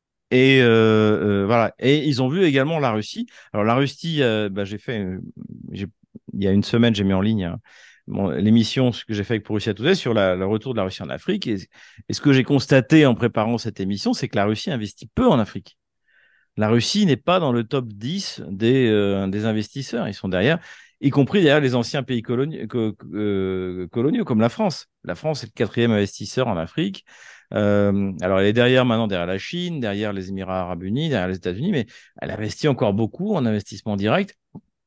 Et euh, euh, voilà. Et ils ont vu également la Russie. Alors la Russie, euh, bah, j'ai fait, euh, j'ai- il y a une semaine, j'ai mis en ligne hein, mon- l'émission que j'ai fait avec Borussia Today sur la- le retour de la Russie en Afrique. Et, et ce que j'ai constaté en préparant cette émission, c'est que la Russie investit peu en Afrique. La Russie n'est pas dans le top dix des, euh, des investisseurs. Ils sont derrière, y compris derrière les anciens pays coloniaux, co- euh, coloniaux comme la France. La France est le quatrième investisseur en Afrique. Euh, alors, elle est derrière maintenant, derrière la Chine, derrière les Émirats arabes unis, derrière les États-Unis, mais elle investit encore beaucoup en investissement direct.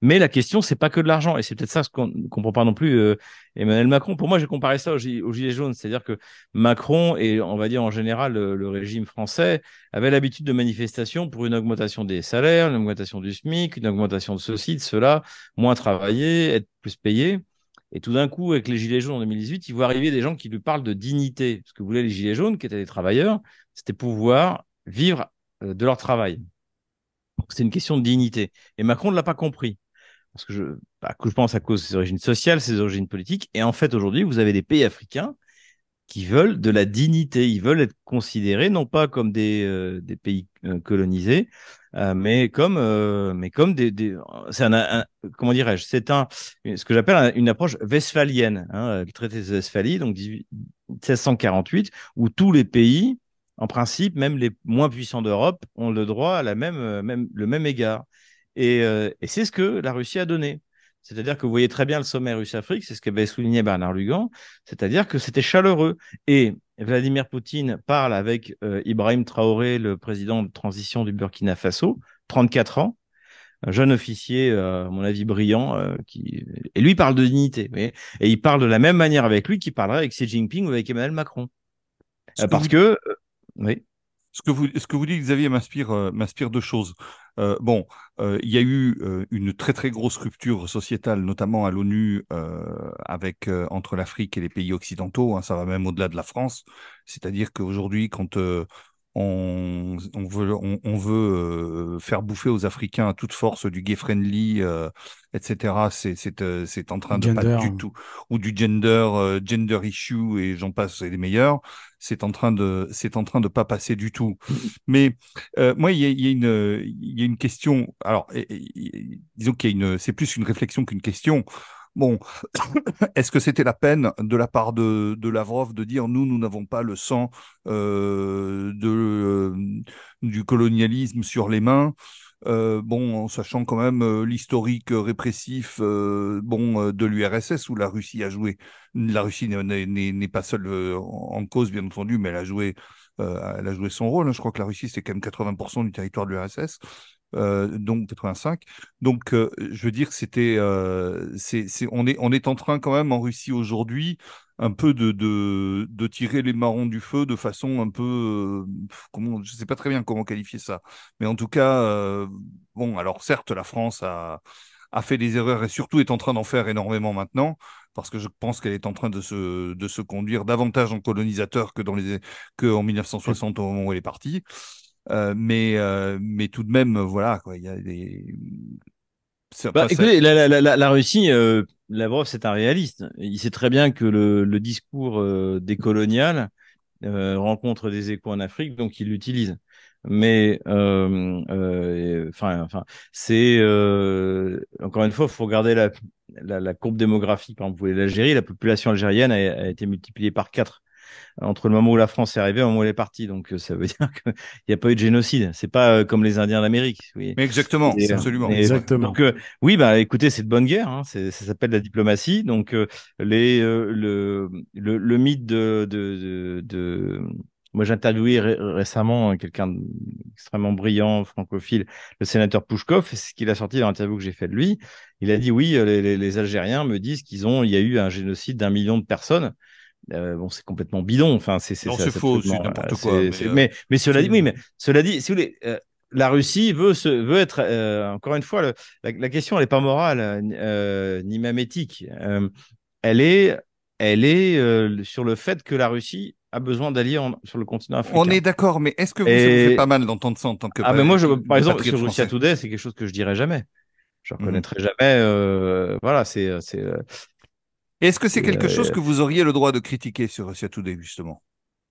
Mais la question, c'est pas que de l'argent. Et c'est peut-être ça ce qu'on ne comprend pas non plus euh, Emmanuel Macron. Pour moi, j'ai comparé ça aux, gi- aux Gilets jaunes. C'est-à-dire que Macron et on va dire en général le, le régime français avaient l'habitude de manifestations pour une augmentation des salaires, une augmentation du SMIC, une augmentation de ceci, de cela, moins travailler, être plus payé. Et tout d'un coup, avec les Gilets jaunes en deux mille dix-huit, il voit arriver des gens qui lui parlent de dignité. Ce que voulaient les Gilets jaunes, qui étaient des travailleurs, c'était pouvoir vivre euh, de leur travail. Donc, c'est une question de dignité. Et Macron ne l'a pas compris. Parce que je, bah, que je pense à cause de ses origines sociales, ses origines politiques. Et en fait, aujourd'hui, vous avez des pays africains qui veulent de la dignité. Ils veulent être considérés non pas comme des, euh, des pays euh, colonisés, euh, mais comme, euh, mais comme des, des c'est un, un- comment dirais-je, c'est un, ce que j'appelle un- une approche westphalienne, hein, le traité de Westphalie, donc dix-huit mille sept cent quarante-huit, où tous les pays, en principe, même les moins puissants d'Europe, ont le droit à la même, euh, même, le même égard. Et, euh, et c'est ce que la Russie a donné. C'est-à-dire que vous voyez très bien le sommet Russie-Afrique, c'est ce qu'avait souligné Bernard Lugan, c'est-à-dire que c'était chaleureux. Et Vladimir Poutine parle avec euh, Ibrahim Traoré, le président de transition du Burkina Faso, trente-quatre ans, un jeune officier, euh, à mon avis brillant, euh, qui... et lui parle de dignité. Vous voyez, et il parle de la même manière avec lui qu'il parlerait avec Xi Jinping ou avec Emmanuel Macron. Ce Euh, que parce vous que, euh, oui. Ce que vous, ce que vous dites, Xavier, m'inspire, euh, m'inspire deux choses. Euh, bon, euh, il y a eu euh, une très très grosse rupture sociétale, notamment à l'ONU, euh, avec euh, entre l'Afrique et les pays occidentaux. Hein, ça va même au-delà de la France. C'est-à-dire qu'aujourd'hui, quand euh, on, on veut, on, on veut euh, faire bouffer aux Africains à toute force du gay friendly, euh, et cetera. C'est c'est euh, c'est en train de pas Gender. du tout, ou du gender euh, gender issue et j'en passe, c'est les meilleurs. C'est en train de c'est en train de pas passer du tout. Mais euh, moi, il y a, il y a une il y a une question. Alors, et- et- disons qu'il y a une c'est plus une réflexion qu'une question. Bon, est-ce que c'était la peine de la part de, de Lavrov de dire nous, nous n'avons pas le sang euh, de, euh, du colonialisme sur les mains? Euh, bon, en sachant quand même euh, l'historique euh, répressif euh, bon, euh, de l'U R S S où la Russie a joué. La Russie n'est n'est- n'est- n'est pas seule euh, en en cause, bien entendu, mais elle a joué, euh, elle a joué son rôle. Hein. Je crois que la Russie, c'est quand même quatre-vingts pour cent du territoire de l'U R S S, euh, donc quatre-vingt-cinq. Donc, euh, je veux dire, c'était, euh, c'est, c'est, on est, on est en train quand même en Russie aujourd'hui un peu de, de, de tirer les marrons du feu de façon un peu, euh, comment, je sais pas très bien comment qualifier ça, mais en tout cas, euh, bon, alors certes, la France a, a fait des erreurs et surtout est en train d'en faire énormément maintenant, parce que je pense qu'elle est en train de se, de se conduire davantage en colonisateur que dans les, que en mille neuf cent soixante au moment où elle est partie. Euh, mais, euh, mais tout de même, voilà, quoi, il y a des, c'est- Bah, enfin, c'est- écoutez, la, la, la, la Russie, euh, Lavrov, c'est un réaliste. Il sait très bien que le, le discours euh, décolonial euh, rencontre des échos en Afrique, donc il l'utilise. Mais euh, euh, enfin, enfin, c'est euh, encore une fois, il faut regarder la, la, la courbe démographique. Par exemple, vous voyez l'Algérie, la population algérienne a, a été multipliée par quatre entre le moment où la France est arrivée et le moment où elle est partie. Donc, euh, ça veut dire qu'il n'y a pas eu de génocide. C'est pas euh, comme les Indiens d'Amérique. Vous voyez. mais exactement, Et, euh, absolument. et Ouais. Exactement. donc, euh, oui, bah, écoutez, c'est de bonne guerre. Hein, c'est, ça s'appelle la diplomatie. Donc, euh, les, euh, le, le, le mythe de, de, de, de... Moi, j'ai interviewé ré- récemment quelqu'un d'extrêmement brillant, francophile, le sénateur Pouchkov. C'est ce qu'il a sorti dans l'interview que j'ai fait de lui. Il a dit oui, euh, les, les, les Algériens me disent qu'ils ont, il y a eu un génocide d'un million de personnes. Euh, bon, c'est complètement bidon. Enfin, c'est c'est Non, ça, c'est c'est faux, c'est absolument. euh, n'importe quoi. C'est Mais c'est. euh, Mais mais cela dit, oui, C'est- mais cela dit, si vous voulez, euh, la Russie veut se veut être euh, encore une fois, le- la, la question elle est pas morale euh, ni même éthique. Euh, elle est elle est euh, sur le fait que la Russie a besoin d'alliés en- sur le continent on est africain. d'accord, mais est-ce que vous, ça vous fait pas Et mal d'entendre ça en tant que, ah, pa- mais moi, je, que- par de exemple, patriote sur Russia français? Today, c'est quelque chose que je dirais jamais. Je Mhm. reconnaîtrai jamais. euh, voilà, c'est c'est euh, Et est-ce que c'est c'est quelque chose euh, que vous auriez le droit de critiquer sur Russia Today, justement?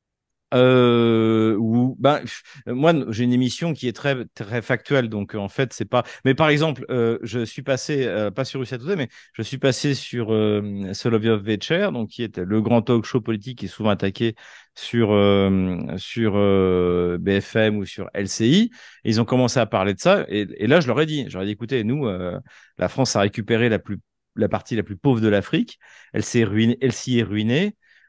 Euh, ou ben pff, moi j'ai une émission qui est très très factuelle donc euh, en fait c'est pas mais par exemple euh, je suis passé euh, pas sur Russia Today mais je suis passé sur euh, Solovyov Vecher donc qui est le grand talk show politique qui est souvent attaqué sur euh, sur euh, B F M ou sur L C I et ils ont commencé à parler de ça et, et là je leur ai dit j'aurais dit écoutez nous euh, la France a récupéré la plus la partie la plus pauvre de l'Afrique elle s'est ruinée elle s'y est ruinée.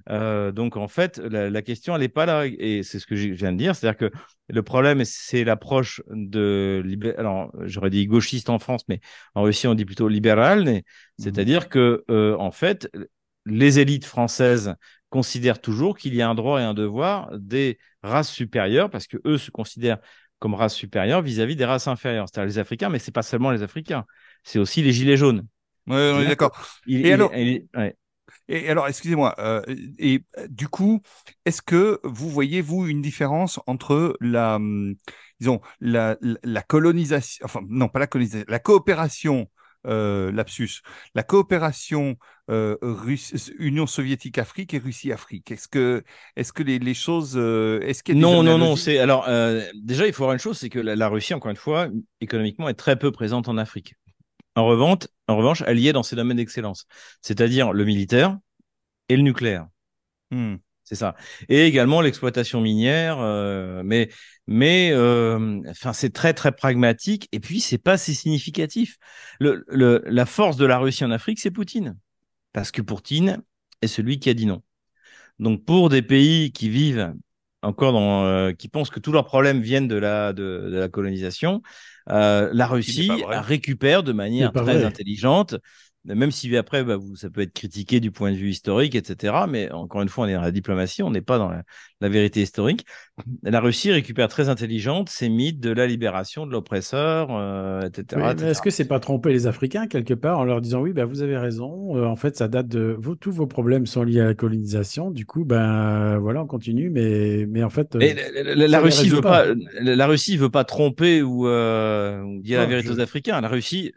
Euh, donc, en fait, la, la question, elle n'est pas là. Et c'est ce que je viens de dire. C'est-à-dire que le problème, c'est l'approche de... libé- Alors, j'aurais dit gauchiste en France, mais en Russie, on dit plutôt libéral. mais- Mhm. C'est-à-dire que, euh, en fait, les élites françaises considèrent toujours qu'il y a un droit et un devoir des races supérieures, parce que eux se considèrent comme race supérieure vis-à-vis des races inférieures, c'est-à-dire les Africains, mais c'est pas seulement les Africains, c'est aussi les Gilets jaunes. Ouais, on est C'est-à-dire que d'accord. il, Et il, alors, il- ouais. et alors, excusez-moi, euh, et euh, du coup, est-ce que vous voyez, vous, une différence entre la, hum, disons, la, la, la colonisation, enfin, non, pas la colonisation, la coopération, euh, lapsus, la coopération euh, Russe- Union soviétique-Afrique et Russie-Afrique. Est-ce que, est-ce que les, les choses, euh, est-ce qu'il y a des Non, non, non. analogies? C'est alors euh, déjà, il faut voir une chose, c'est que la, la Russie, encore une fois, économiquement, est très peu présente en Afrique. En revanche, en revanche, elle y est dans ses domaines d'excellence, c'est-à-dire le militaire et le nucléaire. Hmm. C'est ça. Et également l'exploitation minière, euh, mais mais euh, enfin c'est très très pragmatique. Et puis c'est pas si significatif. Le, le, la force de la Russie en Afrique, c'est Poutine, parce que Poutine est celui qui a dit non. Donc pour des pays qui vivent encore dans, euh, qui pensent que tous leurs problèmes viennent de la de, de la colonisation, euh, la Ce qui n'est pas Russie vrai. récupère de C'est manière pas très vrai. intelligente, même si après bah, vous, ça peut être critiqué du point de vue historique, et cetera. Mais encore une fois, on est dans la diplomatie, on n'est pas dans la, la vérité historique. La Russie récupère très intelligente ces mythes de la libération de l'oppresseur, euh, et cetera, Oui, mais est-ce et cetera. que c'est pas tromper les Africains quelque part en leur disant oui, ben, vous avez raison, euh, en fait, ça date de vos, tous vos problèmes sont liés à la colonisation, du coup, ben voilà, on continue, mais, mais en fait, Et euh, la, la- la ça les Russie résout veut pas, pas. la Russie veut pas tromper ou, euh, ou dire la Oh, vérité je, aux Africains. La Russie,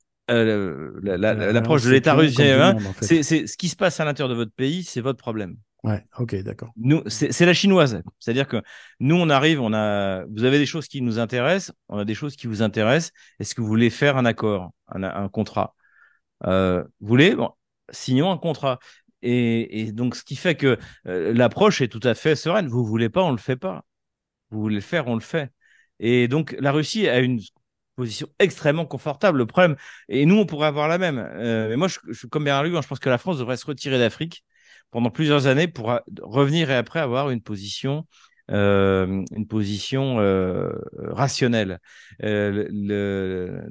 euh, la- la- la- euh, on l'approche de sait l'État tout russe, comme tout le hein, monde, en c'est, fait. c'est ce qui se passe à l'intérieur de votre pays, c'est votre problème. Ouais, ok, d'accord. Nous, c'est c'est la chinoise. C'est-à-dire que nous, on arrive, on a, vous avez des choses qui nous intéressent, on a des choses qui vous intéressent. Est-ce que vous voulez faire un accord, un, un contrat? Euh, vous voulez? Bon, signons un contrat. Et, et donc, ce qui fait que euh, l'approche est tout à fait sereine. Vous voulez pas, on le fait pas. Vous voulez le faire, on le fait. Et donc, la Russie a une position extrêmement confortable. Le problème, et nous, on pourrait avoir la même. Euh, mais moi, je, je suis comme Bernard Lugan, je pense que la France devrait se retirer d'Afrique pendant plusieurs années pour a- revenir et après avoir une position, euh, une position euh, rationnelle. Euh, le,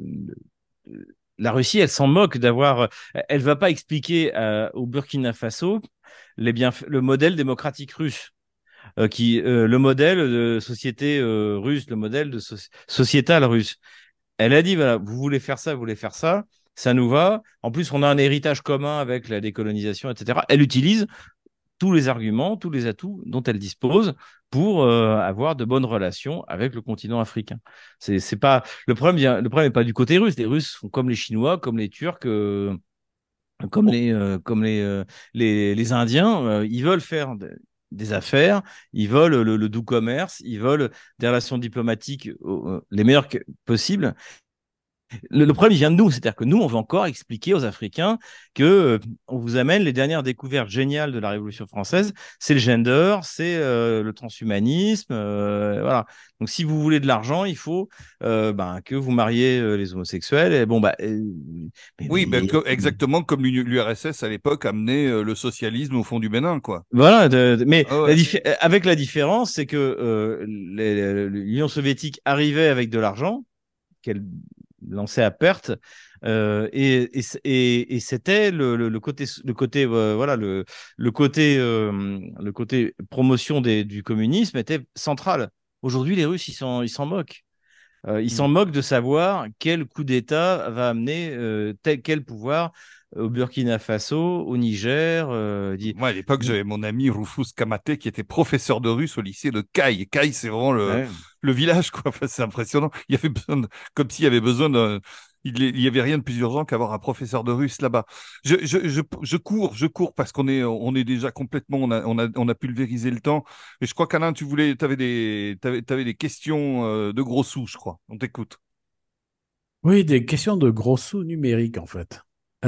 le- la Russie, elle s'en moque d'avoir. Elle va pas expliquer euh, au Burkina Faso les bienf- le modèle démocratique russe euh, qui euh, le modèle de société euh, russe, le modèle de so sociétal russe. Elle a dit voilà, vous voulez faire ça, vous voulez faire ça, ça nous va. En plus, on a un héritage commun avec la décolonisation, et cetera. Elle utilise tous les arguments, tous les atouts dont elle dispose pour euh, avoir de bonnes relations avec le continent africain. C'est, c'est pas le problème. Vient, le problème n'est pas du côté russe. Les Russes sont comme les Chinois, comme les Turcs. Euh, comme Bon. les euh, comme les, euh, les les Indiens, euh, ils veulent faire de- des affaires, ils veulent le, le doux commerce, ils veulent des relations diplomatiques euh, les meilleures que- possibles. Le, le problème il vient de nous, c'est-à-dire que nous, on veut encore expliquer aux Africains que euh, on vous amène les dernières découvertes géniales de la Révolution française, c'est le gender, c'est euh, le transhumanisme, euh, voilà. Donc si vous voulez de l'argent, il faut euh, ben, que vous mariez euh, les homosexuels. Et bon bah, euh, mais, Oui, ben, mais- que- exactement comme l'U R S S à l'époque amenait euh, le socialisme au fond du Bénin, quoi. Voilà, de- de- mais Ah la ouais. diffé- avec la différence, c'est que euh, les- les- l'Union soviétique arrivait avec de l'argent qu'elle lançait à perte, euh, et, et, et- et c'était le, le- le côté, le côté, euh, voilà, le, le côté, euh, le côté promotion des, du communisme était central. Aujourd'hui, les Russes, ils s'en, ils s'en moquent. Euh, ils Hmm. s'en moquent de savoir quel coup d'État va amener euh, tel quel pouvoir au Burkina Faso, au Niger. Euh, dit- Moi, à l'époque, j'avais mon ami Rufus Kamate qui était professeur de russe au lycée de Caille. Caille, c'est vraiment le, Ouais. le village, quoi. Enfin, c'est impressionnant. Il y avait besoin de- comme s'il y avait besoin d'un, il il y avait rien de plus urgent qu'avoir un professeur de russe là-bas. Je, je, je, je cours, je cours parce qu'on est, on est déjà complètement, on a, on a, on a pulvérisé le temps. Et je crois qu'Alain, tu voulais, t'avais des, t'avais, t'avais des questions euh, de gros sous, je crois. On t'écoute. Oui, des questions de gros sous numériques, en fait.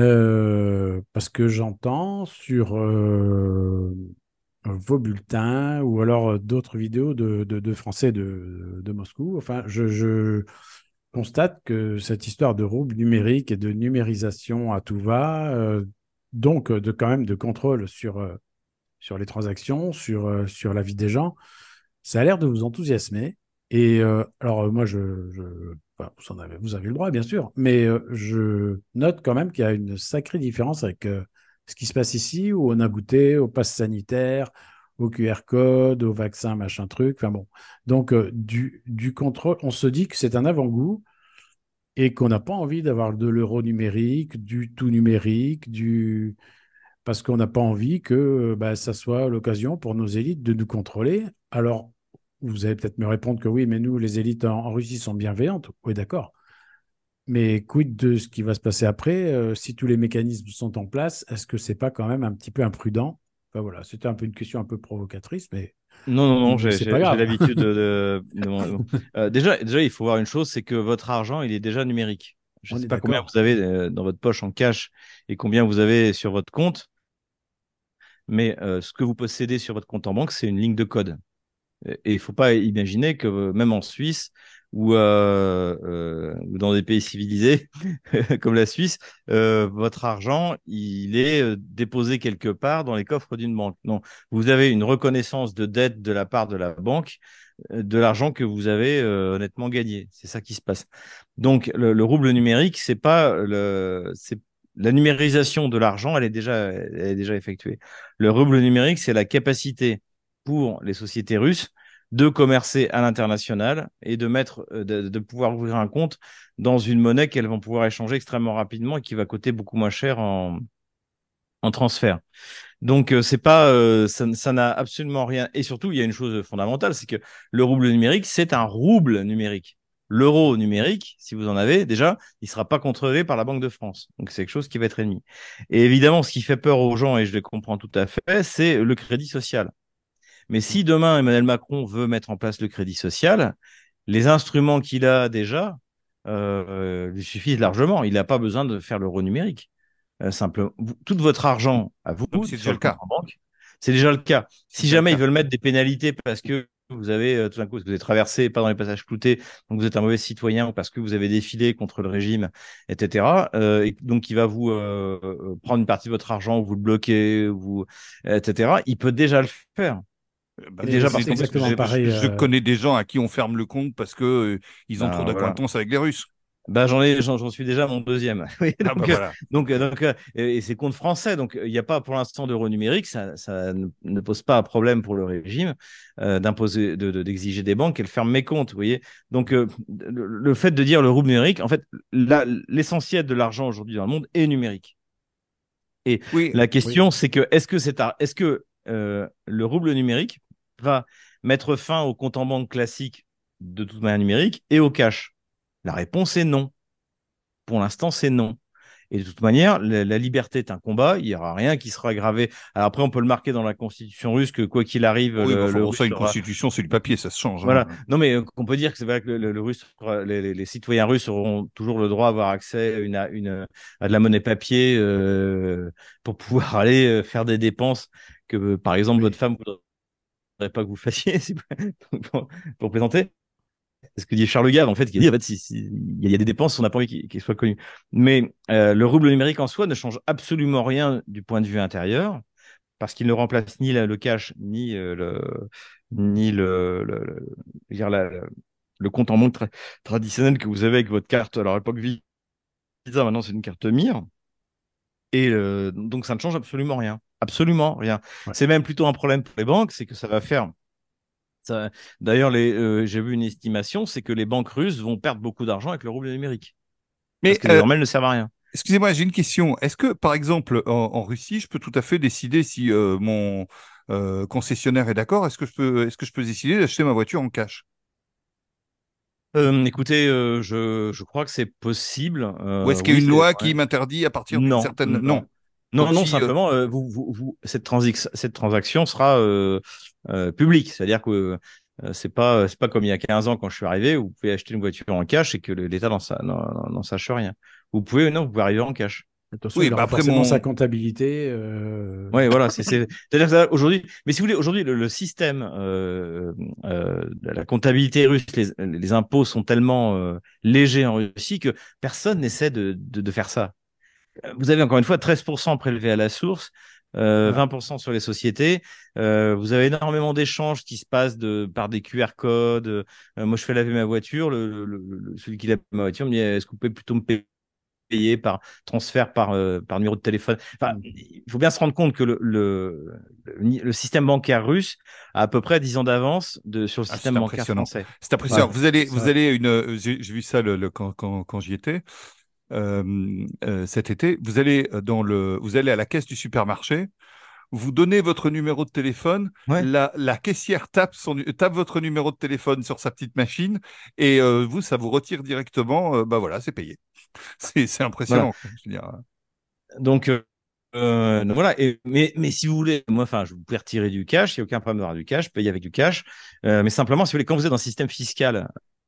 Euh, parce que j'entends sur euh, vos bulletins ou alors euh, d'autres vidéos de, de, de Français de, de Moscou. Enfin, je, je constate que cette histoire de rouble numérique et de numérisation à tout va, euh, donc euh, de quand même de contrôle sur, euh, sur les transactions, sur, euh, sur la vie des gens. Ça a l'air de vous enthousiasmer. Et euh, alors, euh, moi, je, je enfin, vous en avez, vous avez le droit, bien sûr, mais euh, je note quand même qu'il y a une sacrée différence avec euh, ce qui se passe ici, où on a goûté au pass sanitaire, au Q R code, au vaccin, machin truc. Enfin bon. Donc, euh, du, du contrôle, on se dit que c'est un avant-goût et qu'on n'a pas envie d'avoir de l'euro numérique, du tout numérique, du parce qu'on n'a pas envie que euh, bah, ça soit l'occasion pour nos élites de nous contrôler. Alors, vous allez peut-être me répondre que oui, mais nous, les élites en, en Russie sont bienveillantes. Oui, d'accord. Mais quid de ce qui va se passer après euh, si tous les mécanismes sont en place? Est-ce que c'est pas quand même un petit peu imprudent? Enfin, voilà, c'était un peu une question un peu provocatrice, mais, Non, non, non, mais j'ai c'est pas j'ai- j'ai grave. l'habitude de, de, de mon- Euh, déjà, déjà, il faut voir une chose, c'est que votre argent, il est déjà numérique. Je ne On sais est pas combien d'accord. vous avez euh, dans votre poche en cash et combien vous avez sur votre compte, mais euh, ce que vous possédez sur votre compte en banque, c'est une ligne de code. Et il ne faut pas imaginer que euh, même en Suisse ou, euh, euh, ou dans des pays civilisés comme la Suisse, euh, votre argent, il est euh, déposé quelque part dans les coffres d'une banque. Non, vous avez une reconnaissance de dette de la part de la banque euh, de l'argent que vous avez euh, honnêtement gagné. C'est ça qui se passe. Donc, le, le rouble numérique, c'est pas le, c'est la numérisation de l'argent, elle est déjà, elle est déjà effectuée. Le rouble numérique, c'est la capacité pour les sociétés russes de commercer à l'international et de mettre, euh, de, de pouvoir ouvrir un compte dans une monnaie qu'elles vont pouvoir échanger extrêmement rapidement et qui va coûter beaucoup moins cher en, en transfert. Donc, euh, c'est pas, euh, ça, ça n'a absolument rien. Et surtout, il y a une chose fondamentale, c'est que le rouble numérique, c'est un rouble numérique. L'euro numérique, si vous en avez déjà, il ne sera pas contrôlé par la Banque de France. Donc, c'est quelque chose qui va être ennemi. Et évidemment, ce qui fait peur aux gens, et je les comprends tout à fait, c'est le crédit social. Mais si demain Emmanuel Macron veut mettre en place le crédit social, les instruments qu'il a déjà euh, lui suffisent largement. Il n'a pas besoin de faire l'euro numérique. Euh, simplement, vous- tout votre argent à vous Non, mais c'est sur déjà le le compte cas. en banque, c'est déjà le cas. C'est Si déjà le jamais ils cas. veulent mettre des pénalités parce que vous avez euh, tout d'un coup, parce que vous avez traversé pas dans les passages cloutés, donc vous êtes un mauvais citoyen ou parce que vous avez défilé contre le régime, et cetera. Euh, et donc il va vous euh, euh, prendre une partie de votre argent, vous le bloquer, vous, et cetera. Il peut déjà le faire. Euh, Bah, Et je Mais déjà connais parce c'est qu'en des- plus, vous exactement je, êtes, je- pareil. je euh, connais des gens à qui on ferme le compte parce que euh, ils ont trop ben voilà. d'acquaintances avec les Russes. Ben, j'en ai, j'en j'en suis déjà à mon deuxième. Oui, Ah bah donc, euh, voilà. donc, euh, donc, euh, et et c'est compte français. Donc, il n'y a pas pour l'instant d'euro numérique. Ça, ça ne, ne pose pas un problème pour le régime euh, d'imposer, de, de- d'exiger des banques qu'elles ferment mes comptes. Vous voyez. Donc, euh, le, le fait de dire le rouble numérique, en fait, la- l'essentiel de l'argent aujourd'hui dans le monde est numérique. Et Oui, la oui. question, c'est que est-ce que c'est, ar- est-ce que euh, le rouble numérique va mettre fin au compte en banque classique de toute manière numérique et au cash? La réponse est non. Pour l'instant, c'est non. Et de toute manière, la, la liberté est un combat. Il n'y aura rien qui sera gravé. Alors après, on peut le marquer dans la constitution russe que quoi qu'il arrive, oui, mais le, enfin le bon, ça, russe une sera. constitution, c'est du papier, ça se change, Voilà. hein. Non, mais euh, on peut dire que c'est vrai que le, le- le russe, sera- les, les- les citoyens russes auront toujours le droit d'avoir accès à, une, à, une, à de la monnaie papier euh, pour pouvoir aller euh, faire des dépenses que, euh, par exemple, votre Oui. femme ne voudrait pas que vous fassiez si vous- pour, pour présenter. C'est ce que dit Charles Gave, en fait, qui dit, en fait, si, si- il y a des dépenses, on n'a pas envie qu'ils qu'ils soient connus. Mais euh, le rouble numérique en soi ne change absolument rien du point de vue intérieur, parce qu'il ne remplace ni la- le cash, ni euh, le, ni le, le, le- je veux dire, la- la- le compte en banque tra- traditionnel que vous avez avec votre carte. Alors, à l'époque Visa, maintenant, c'est une carte Mir. Et euh, donc, ça ne change absolument rien. Absolument rien. Ouais. C'est même plutôt un problème pour les banques, c'est que ça va faire ça- D'ailleurs, les, euh, j'ai vu une estimation, c'est que les banques russes vont perdre beaucoup d'argent avec le rouble numérique, parce Mais que euh, désormais, elles ne servent à rien. excusez-moi, j'ai une question. Est-ce que, par exemple, en, en Russie, je peux tout à fait décider si euh, mon euh, concessionnaire est d'accord? Est-ce que je peux, est-ce que je peux décider d'acheter ma voiture en cash? Euh, écoutez, euh, je, je crois que c'est possible. Ou Euh, est-ce qu'il y a oui, une c'est loi ouais. qui m'interdit à partir d'une Non, certaine... Non. non, non, Donc non. si... euh, Simplement, euh, vous, vous, vous, cette, transi- cette transaction sera euh, euh, publique, c'est-à-dire que euh, c'est pas, c'est pas comme il y a quinze ans quand je suis arrivé, où vous pouvez acheter une voiture en cash et que le- l'État n'en sa- n'en- n'en sache rien. Vous pouvez, non, vous pouvez arriver en cash. De toute façon, Oui, il bah aura après forcément sa mon... comptabilité. euh, Ouais, voilà, c'est, c'est, c'est-à-dire que ça, aujourd'hui, mais si vous voulez, aujourd'hui, le, le système, euh, euh, de la comptabilité russe, les, les impôts sont tellement euh, légers en Russie que personne n'essaie de, de, de faire ça. Vous avez encore une fois treize pour cent prélevés à la source. euh, Voilà. vingt pour cent sur les sociétés. Euh, vous avez énormément d'échanges qui se passent de, par des Q R codes. Euh, moi, je fais laver ma voiture. Le, le, le- le- celui qui lave ma voiture me dit, est-ce que vous pouvez plutôt me payer par transfert par, euh, par numéro de téléphone? Enfin, Mm. il faut bien se rendre compte que le, le, le, le système bancaire russe a à peu près dix ans d'avance de, sur le Ah, c'est système bancaire impressionnant. français. C'est impressionnant. Ouais. Vous allez, vous Ça, allez une, euh, j'ai j'ai vu ça le, le- quand, quand, quand j'y étais euh, euh, cet été. Vous allez euh, dans le, vous allez à la caisse du supermarché. Vous donnez votre numéro de téléphone, Ouais, la, la caissière tape, son, tape votre numéro de téléphone sur sa petite machine et euh, vous, ça vous retire directement. Euh, bah voilà, c'est payé. C'est c'est voilà. impressionnant, quoi. Je veux dire, euh, Donc, euh, euh, donc voilà. Et, mais, mais si vous voulez, moi, enfin, je vous pouvez retirer du cash, il n'y a aucun problème d'avoir du cash, payer avec du cash. Euh, mais simplement, si vous voulez, quand vous êtes dans un système fiscal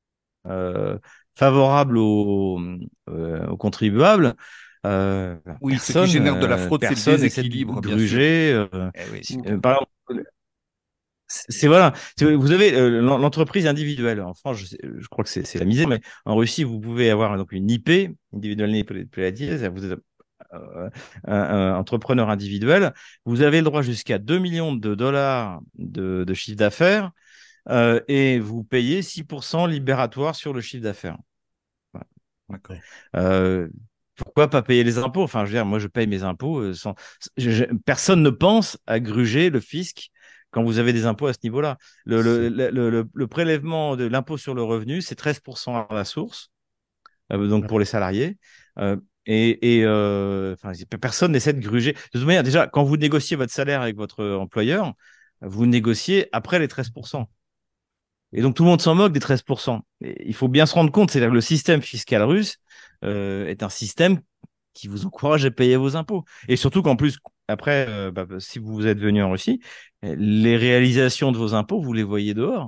euh, favorable aux, euh, aux contribuables, euh, oui, ce qui personne, génère de la euh, fraude, c'est le personne essaie de déséquilibre, bien sûr. gruger. Euh, Eh oui. si- mm. euh, par exemple, c'est c'est- voilà. C'est- Vous avez euh, l'en- l'entreprise individuelle. En France, je, sais- je crois que c'est c'est la misère, mais en Russie, vous pouvez avoir donc une I P, individuelle pélative, vous êtes euh, un, un entrepreneur individuel. Vous avez le droit jusqu'à deux millions de dollars de, de chiffre d'affaires euh, et vous payez six pour cent libératoire sur le chiffre d'affaires. Voilà. D'accord. Euh, Pourquoi pas payer les impôts? Enfin, je veux dire, moi, je paye mes impôts euh, sans. je- je- personne ne pense à gruger le fisc quand vous avez des impôts à ce niveau-là. Le, le, C'est- le, le- le prélèvement de l'impôt sur le revenu, c'est treize pour cent à la source, euh, donc pour Ouais. les salariés. Euh, et et euh, enfin, personne n'essaie de gruger. De toute manière, déjà, quand vous négociez votre salaire avec votre employeur, vous négociez après les treize pour cent. Et donc tout le monde s'en moque des treize pour cent. Et il faut bien se rendre compte, c'est-à-dire que le système fiscal russe euh, est un système qui vous encourage à payer vos impôts. Et surtout qu'en plus, après, euh, bah, si vous êtes venu en Russie, euh, les réalisations de vos impôts, vous les voyez dehors.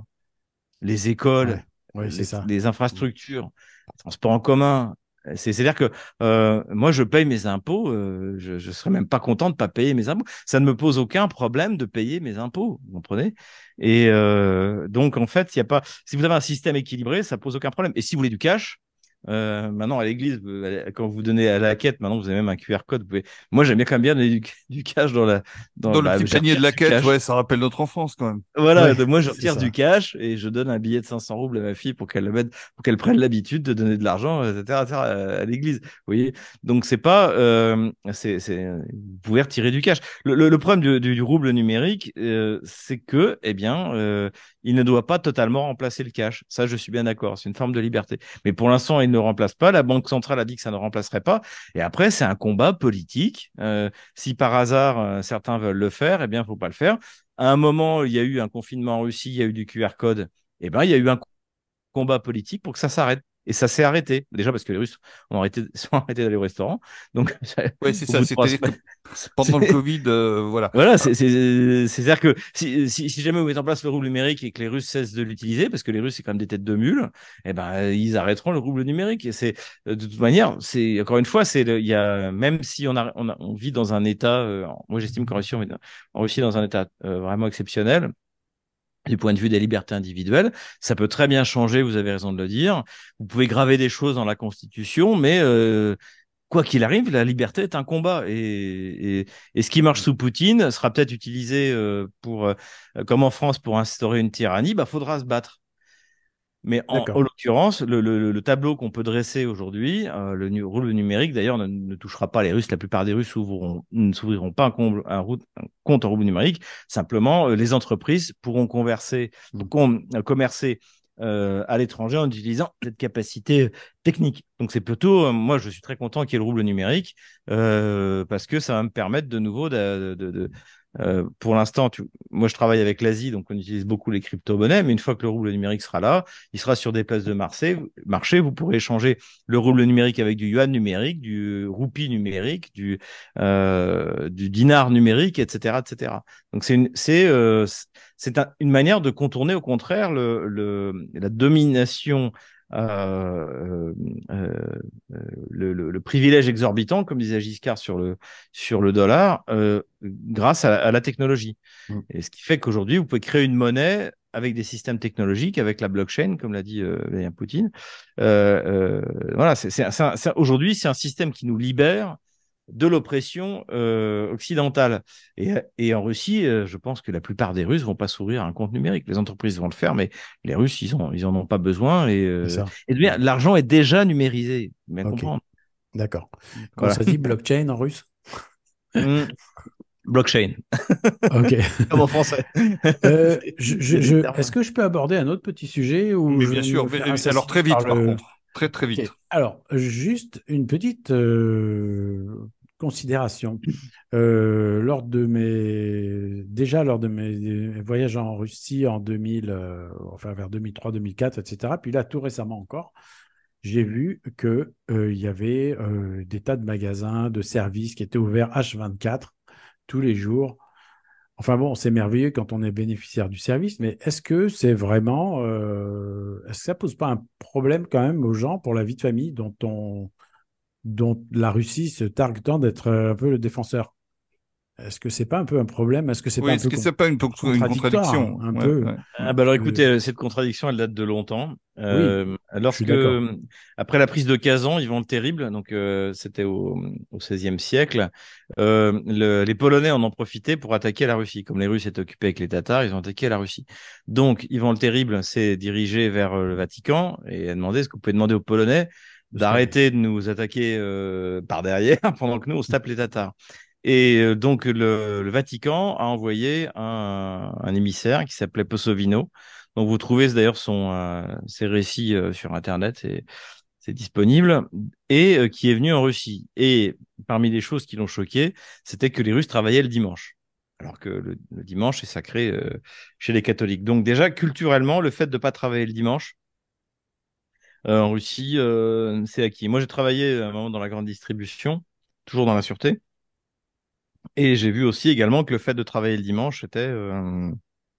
Les écoles, Ouais. Oui, c'est les, ça. les Mm. infrastructures, les transports en commun. C'est- C'est-à-dire que euh, moi, je paye mes impôts, euh, je ne serais même pas content de ne pas payer mes impôts. Ça ne me pose aucun problème de payer mes impôts, vous comprenez? Et euh, donc, en fait, il y a pas. Si vous avez un système équilibré, ça pose aucun problème. Et si vous voulez du cash, euh, maintenant à l'église, vous- quand vous donnez à la quête, maintenant vous avez même un Q R code. Vous pouvez... Moi, j'aime bien quand même bien donner du, du cash dans la. Dans, Dans le bah, petit je panier de retire la du quête, cash. ouais, ça rappelle notre enfance quand même. Voilà, Ouais, de moi je c'est retire du ça. cash et je donne un billet de cinq cents roubles à ma fille pour qu'elle le mette, pour qu'elle prenne l'habitude de donner de l'argent, et cetera, et cetera, à l'église. Vous voyez, donc c'est pas, euh, c'est, c'est, vous pouvez retirer du cash. Le, le, le problème du, du, du rouble numérique, euh, c'est que, eh bien, euh, il ne doit pas totalement remplacer le cash. Ça, je suis bien d'accord. C'est une forme de liberté. Mais pour l'instant, il ne le remplace pas. La Banque centrale a dit que ça ne remplacerait pas. Et après, c'est un combat politique. Euh, si par hasard euh, certains veulent le faire, eh bien, il faut pas le faire. À un moment, il y a eu un confinement en Russie, il y a eu du Q R code. Eh ben, il y a eu un combat politique pour que ça s'arrête. Et ça s'est arrêté. Déjà parce que les Russes ont arrêté, sont arrêtés d'aller au restaurant. Donc, Ouais, c'est au ça. bout de trois C'était que semaines, pendant le c'est- Covid, euh, voilà. voilà, Alors, c'est, c'est, c'est-à-dire que si, si, si jamais vous mettez en place le rouble numérique et que les Russes cessent de l'utiliser, parce que les Russes, c'est quand même des têtes de mule, eh ben, ils arrêteront le rouble numérique. Et c'est, de toute manière, c'est, encore une fois, c'est, le- il y a, même si on a, on a- on vit dans un état, euh, moi, j'estime qu'en Russie, on est en Russie dans un état euh, vraiment exceptionnel du point de vue des libertés individuelles. Ça peut très bien changer, vous avez raison de le dire. Vous pouvez graver des choses dans la Constitution, mais euh, quoi qu'il arrive, la liberté est un combat. Et, et, et ce qui marche sous Poutine sera peut-être utilisé euh, pour, euh, comme en France, pour instaurer une tyrannie, bah, faudra se battre. Mais en, en D'accord. l'occurrence, le, le- le tableau qu'on peut dresser aujourd'hui, euh, le nu- rouble numérique d'ailleurs ne, ne touchera pas les Russes. La plupart des Russes s'ouvriront- ne s'ouvriront pas un, comble- un route- un compte en rouble numérique. Simplement, euh, les entreprises pourront converser, Mm. com- euh, commercer euh, à l'étranger en utilisant cette capacité euh, technique. Donc c'est plutôt, euh, moi je suis très content qu'il y ait le rouble numérique euh, parce que ça va me permettre de nouveau de, de, de- euh, pour l'instant, tu- moi je travaille avec l'Asie, donc on utilise beaucoup les crypto-monnaies, mais une fois que le rouble numérique sera là, il sera sur des places de marché. marché. Vous pourrez échanger le rouble numérique avec du yuan numérique, du roupie numérique, du, euh, du dinar numérique, et cetera, et cetera. Donc c'est une, c'est, euh, c'est un- une manière de contourner au contraire le, le, la domination. Euh, euh, euh, le, le, le privilège exorbitant, comme disait Giscard sur le, sur le dollar, euh, grâce à, à la technologie. Mm. Et ce qui fait qu'aujourd'hui, vous pouvez créer une monnaie avec des systèmes technologiques, avec la blockchain, comme l'a dit euh, Vladimir Poutine. Euh, euh, voilà, c'est, c'est, c'est un- c'est- aujourd'hui, c'est un système qui nous libère de l'oppression euh, occidentale. Et, et en Russie, euh, je pense que la plupart des Russes vont pas s'ouvrir à un compte numérique. Les entreprises vont le faire, mais les Russes, ils ont, ils en ont pas besoin. Et, C'est euh, ça. et bien, l'argent est déjà numérisé, bien Ok, comprendre. d'accord. Comment Voilà. ça se dit blockchain en russe? Mm. Blockchain, Ok. comme en français. Euh, C'est- je, Il y je, a des je- termes. est-ce que je peux aborder un autre petit sujet ou Mais je bien vais sûr, me mais, faire euh, alors assassiner très par vite par le... contre, très très Ok. vite. Alors, juste une petite euh, considération. Euh, lors de mes... Déjà, lors de mes voyages en Russie en deux mille, euh, enfin vers deux mille trois, deux mille quatre, et cetera, puis là, tout récemment encore, j'ai vu qu'il y avait euh, des tas de magasins, de services qui étaient ouverts H vingt-quatre tous les jours. Enfin bon, c'est merveilleux quand on est bénéficiaire du service, mais est-ce que c'est vraiment, euh, est-ce que ça pose pas un problème quand même aux gens pour la vie de famille dont on, dont la Russie se targue tant d'être euh, un peu le défenseur? Est-ce que c'est pas un peu un problème? Est-ce que c'est pas Oui, un est-ce peu que con- c'est pas une, une contradictoire, contradiction? un Ouais, peu? ouais, ouais. Ah bah Parce alors que écoutez, euh, cette contradiction, elle date de longtemps. oui, Euh, je suis lorsque, d'accord. après la prise de Kazan, Ivan le Terrible, donc euh, c'était au, au seizième siècle, euh, le- les Polonais en ont profité pour attaquer la Russie. Comme les Russes étaient occupés avec les Tatars, ils ont attaqué la Russie. Donc Ivan le Terrible s'est dirigé vers euh, le Vatican et a demandé, est-ce que vous pouvez demander aux Polonais De se calmer. d'arrêter de nous attaquer euh, par derrière pendant que nous, on se tape les Tatars. Et euh, donc, le, le Vatican a envoyé un, un émissaire qui s'appelait Possovino. Donc, vous trouvez d'ailleurs son, euh, ses récits euh, sur Internet, c'est, c'est disponible, et euh, qui est venu en Russie. Et parmi les choses qui l'ont choqué, c'était que les Russes travaillaient le dimanche. Alors que le, le dimanche est sacré euh, chez les catholiques. Donc, déjà, culturellement, le fait de ne pas travailler le dimanche euh, en Russie, euh, c'est acquis. Moi, j'ai travaillé à un moment dans la grande distribution, toujours dans la sûreté. Et j'ai vu aussi également que le fait de travailler le dimanche, c'était... euh,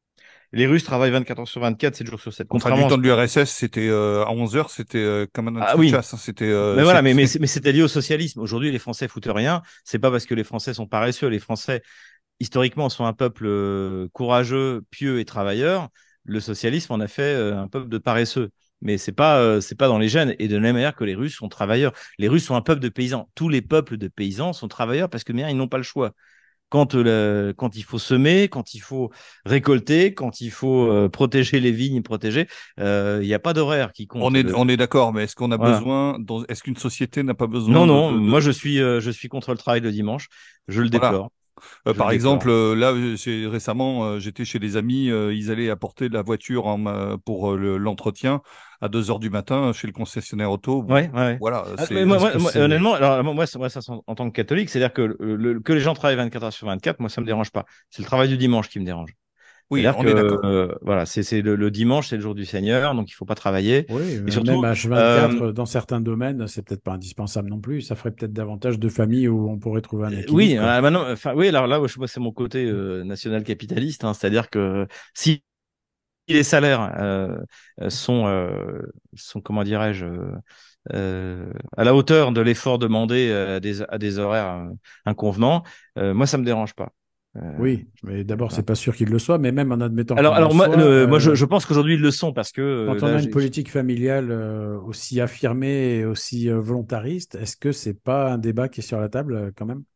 les Russes travaillent vingt-quatre heures sur vingt-quatre, sept jours sur sept. Enfin, du Contrairement à ce temps de qu'on... l'U R S S, c'était euh, à onze heures, c'était euh, comme un Ah de oui, chasse, hein, c'était euh, mais voilà, mais, mais, c'est- c'est- mais c'était lié au socialisme. Aujourd'hui, les Français foutent rien. C'est pas parce que les Français sont paresseux. Les Français, historiquement, sont un peuple euh, courageux, pieux et travailleur. Le socialisme en a fait euh, un peuple de paresseux. Mais c'est pas, euh, c'est pas dans les gènes. Et de la même manière que les Russes sont travailleurs. Les Russes sont un peuple de paysans. Tous les peuples de paysans sont travailleurs parce que bien, ils n'ont pas le choix. Quand, le, quand il faut semer, quand il faut récolter, quand il faut euh, protéger les vignes, protéger, euh, il n'y a pas d'horaire qui on compte. est Le, on est d'accord, mais est-ce qu'on a voilà. besoin, dans- est-ce qu'une société n'a pas Non, besoin de, non, de, moi de- je suis, euh, je suis contre le travail le dimanche. Je le voilà. déplore. Euh, Je le par exemple, déplore. euh, là, euh, c'est- récemment, euh, j'étais chez des amis, euh, ils allaient apporter la voiture en ma- pour euh, le- l'entretien à deux heures du matin chez le concessionnaire auto. Bon, Ouais, ouais, ouais. voilà, Ah, mais c'est moi, Est-ce moi, que moi, c'est... honnêtement, alors moi, moi, ça, moi, ça, en tant que catholique, c'est-à-dire que, le, le- que les gens travaillent vingt-quatre heures sur vingt-quatre, moi, ça me dérange pas. C'est le travail du dimanche qui me dérange. oui, C'est-à-dire on que est d'accord. euh, voilà, c'est c'est le, le dimanche, c'est le jour du Seigneur, donc il faut pas travailler. Oui, Et mais même surtout, H euh, vingt-quatre, dans certains domaines, c'est peut-être pas indispensable non plus. Ça ferait peut-être davantage de familles où on pourrait trouver un Euh, équilibre, Oui, quoi. euh, maintenant, enfin, oui, alors là, je vois, c'est mon côté euh, national-capitaliste, hein, c'est-à-dire que si les salaires euh, euh, sont, euh, sont, comment dirais-je, euh, euh, à la hauteur de l'effort demandé euh, à des, à des horaires euh, inconvenants, euh, moi, ça me dérange pas. Euh, Oui, mais d'abord, c'est voilà. pas sûr qu'ils le soient, mais même en admettant Alors, qu'ils le alors moi, soient, le, moi, je, euh, je pense qu'aujourd'hui ils le sont parce que euh, quand on là, a une j'ai, politique familiale euh, aussi affirmée et aussi euh, volontariste, est-ce que c'est pas un débat qui est sur la table euh, quand même?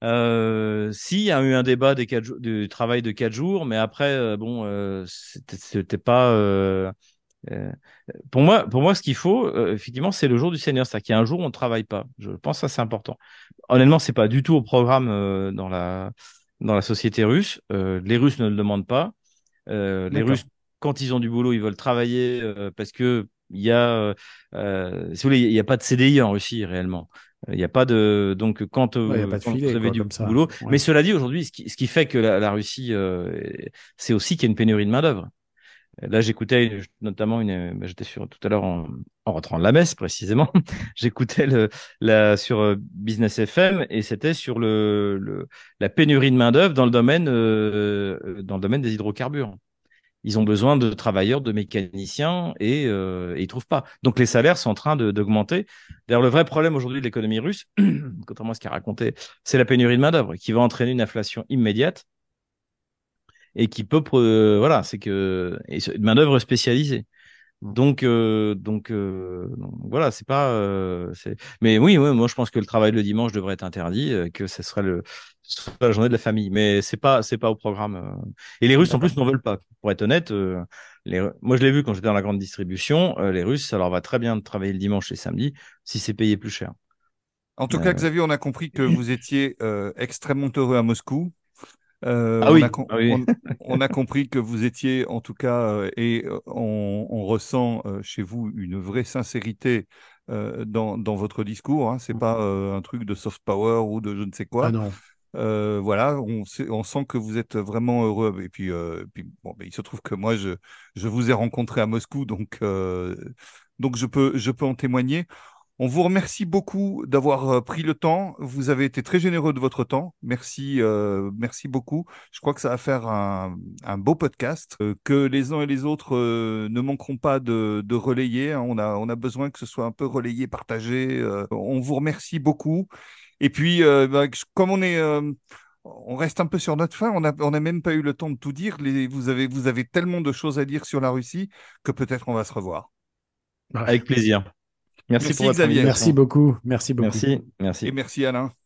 Euh, si, il y a eu un débat des quatre jours, du travail de quatre jours, mais après, euh, bon, euh, c'était c'était pas. Euh, euh, pour moi, pour moi, ce qu'il faut, euh, effectivement, c'est le jour du Seigneur, c'est-à-dire qu'il y a un jour où on ne travaille pas. Je pense que ça c'est important. Honnêtement, c'est pas du tout au programme euh, dans la dans la société russe. Euh, les Russes ne le demandent pas. Euh, les D'accord. Russes, quand ils ont du boulot, ils veulent travailler euh, parce que il y a, euh, euh, si vous voulez, il n'y a pas de C D I en Russie réellement. Euh, Il n'y a pas de donc quand, Ouais, il n'y a euh, pas de quand vous filet, avez quoi, du comme ça. boulot. Mais Ouais. cela dit, aujourd'hui, ce qui, ce qui fait que la, la Russie, euh, c'est aussi qu'il y a une pénurie de main d'œuvre. Là, j'écoutais notamment une. bah, J'étais sur tout à l'heure en, en rentrant de la messe précisément. J'écoutais le la sur euh, Business F M et c'était sur le, le la pénurie de main d'œuvre dans le domaine euh, euh, dans le domaine des hydrocarbures. Ils ont besoin de travailleurs, de mécaniciens et, euh, et ils trouvent pas. Donc les salaires sont en train de- d'augmenter. D'ailleurs, le vrai problème aujourd'hui de l'économie russe, contrairement à ce qu'a raconté, c'est la pénurie de main-d'œuvre qui va entraîner une inflation immédiate et qui peut, euh, voilà, c'est que et de main-d'œuvre spécialisée. Donc, euh, donc, euh, donc voilà, c'est pas. Euh, c'est... Mais oui, ouais, moi je pense que le travail le dimanche devrait être interdit, euh, que ce serait le, ce serait la journée de la famille. Mais c'est pas, c'est pas au programme. euh. Et les Russes en D'accord. plus n'en veulent pas. Pour être honnête, euh, les... moi je l'ai vu quand j'étais dans la grande distribution. Euh, les Russes, ça leur va très bien de travailler le dimanche et le samedi si c'est payé plus cher. En tout cas, Euh, Xavier, on a compris que vous étiez euh, extrêmement heureux à Moscou. Euh, Ah on a, oui, com- ah oui. on, on a compris que vous étiez, en tout cas, euh, et euh, on, on ressent euh, chez vous une vraie sincérité euh, dans, dans votre discours. Hein. C'est pas euh, un truc de soft power ou de je ne sais Ah quoi. non. Euh, voilà, on, sait- on sent que vous êtes vraiment heureux. Et puis, euh, puis bon, ben, il se trouve que moi, je, je vous ai rencontré à Moscou, donc, euh, donc je peux, je peux en témoigner. On vous remercie beaucoup d'avoir euh, pris le temps. Vous avez été très généreux de votre temps. Merci, euh, merci beaucoup. Je crois que ça va faire un, un beau podcast euh, que les uns et les autres euh, ne manqueront pas de, de relayer. Hein. On a, on a besoin que ce soit un peu relayé, partagé. Euh, on vous remercie beaucoup. Et puis, euh, bah, comme on est, euh, on reste un peu sur notre fin, on n'a on a même pas eu le temps de tout dire. Les- vous avez, vous avez tellement de choses à dire sur la Russie que peut-être on va se revoir. Bah, Avec plaisir. Merci pour Merci votre Xavier merci invitation. beaucoup. Merci beaucoup. Merci, et merci. merci Alain.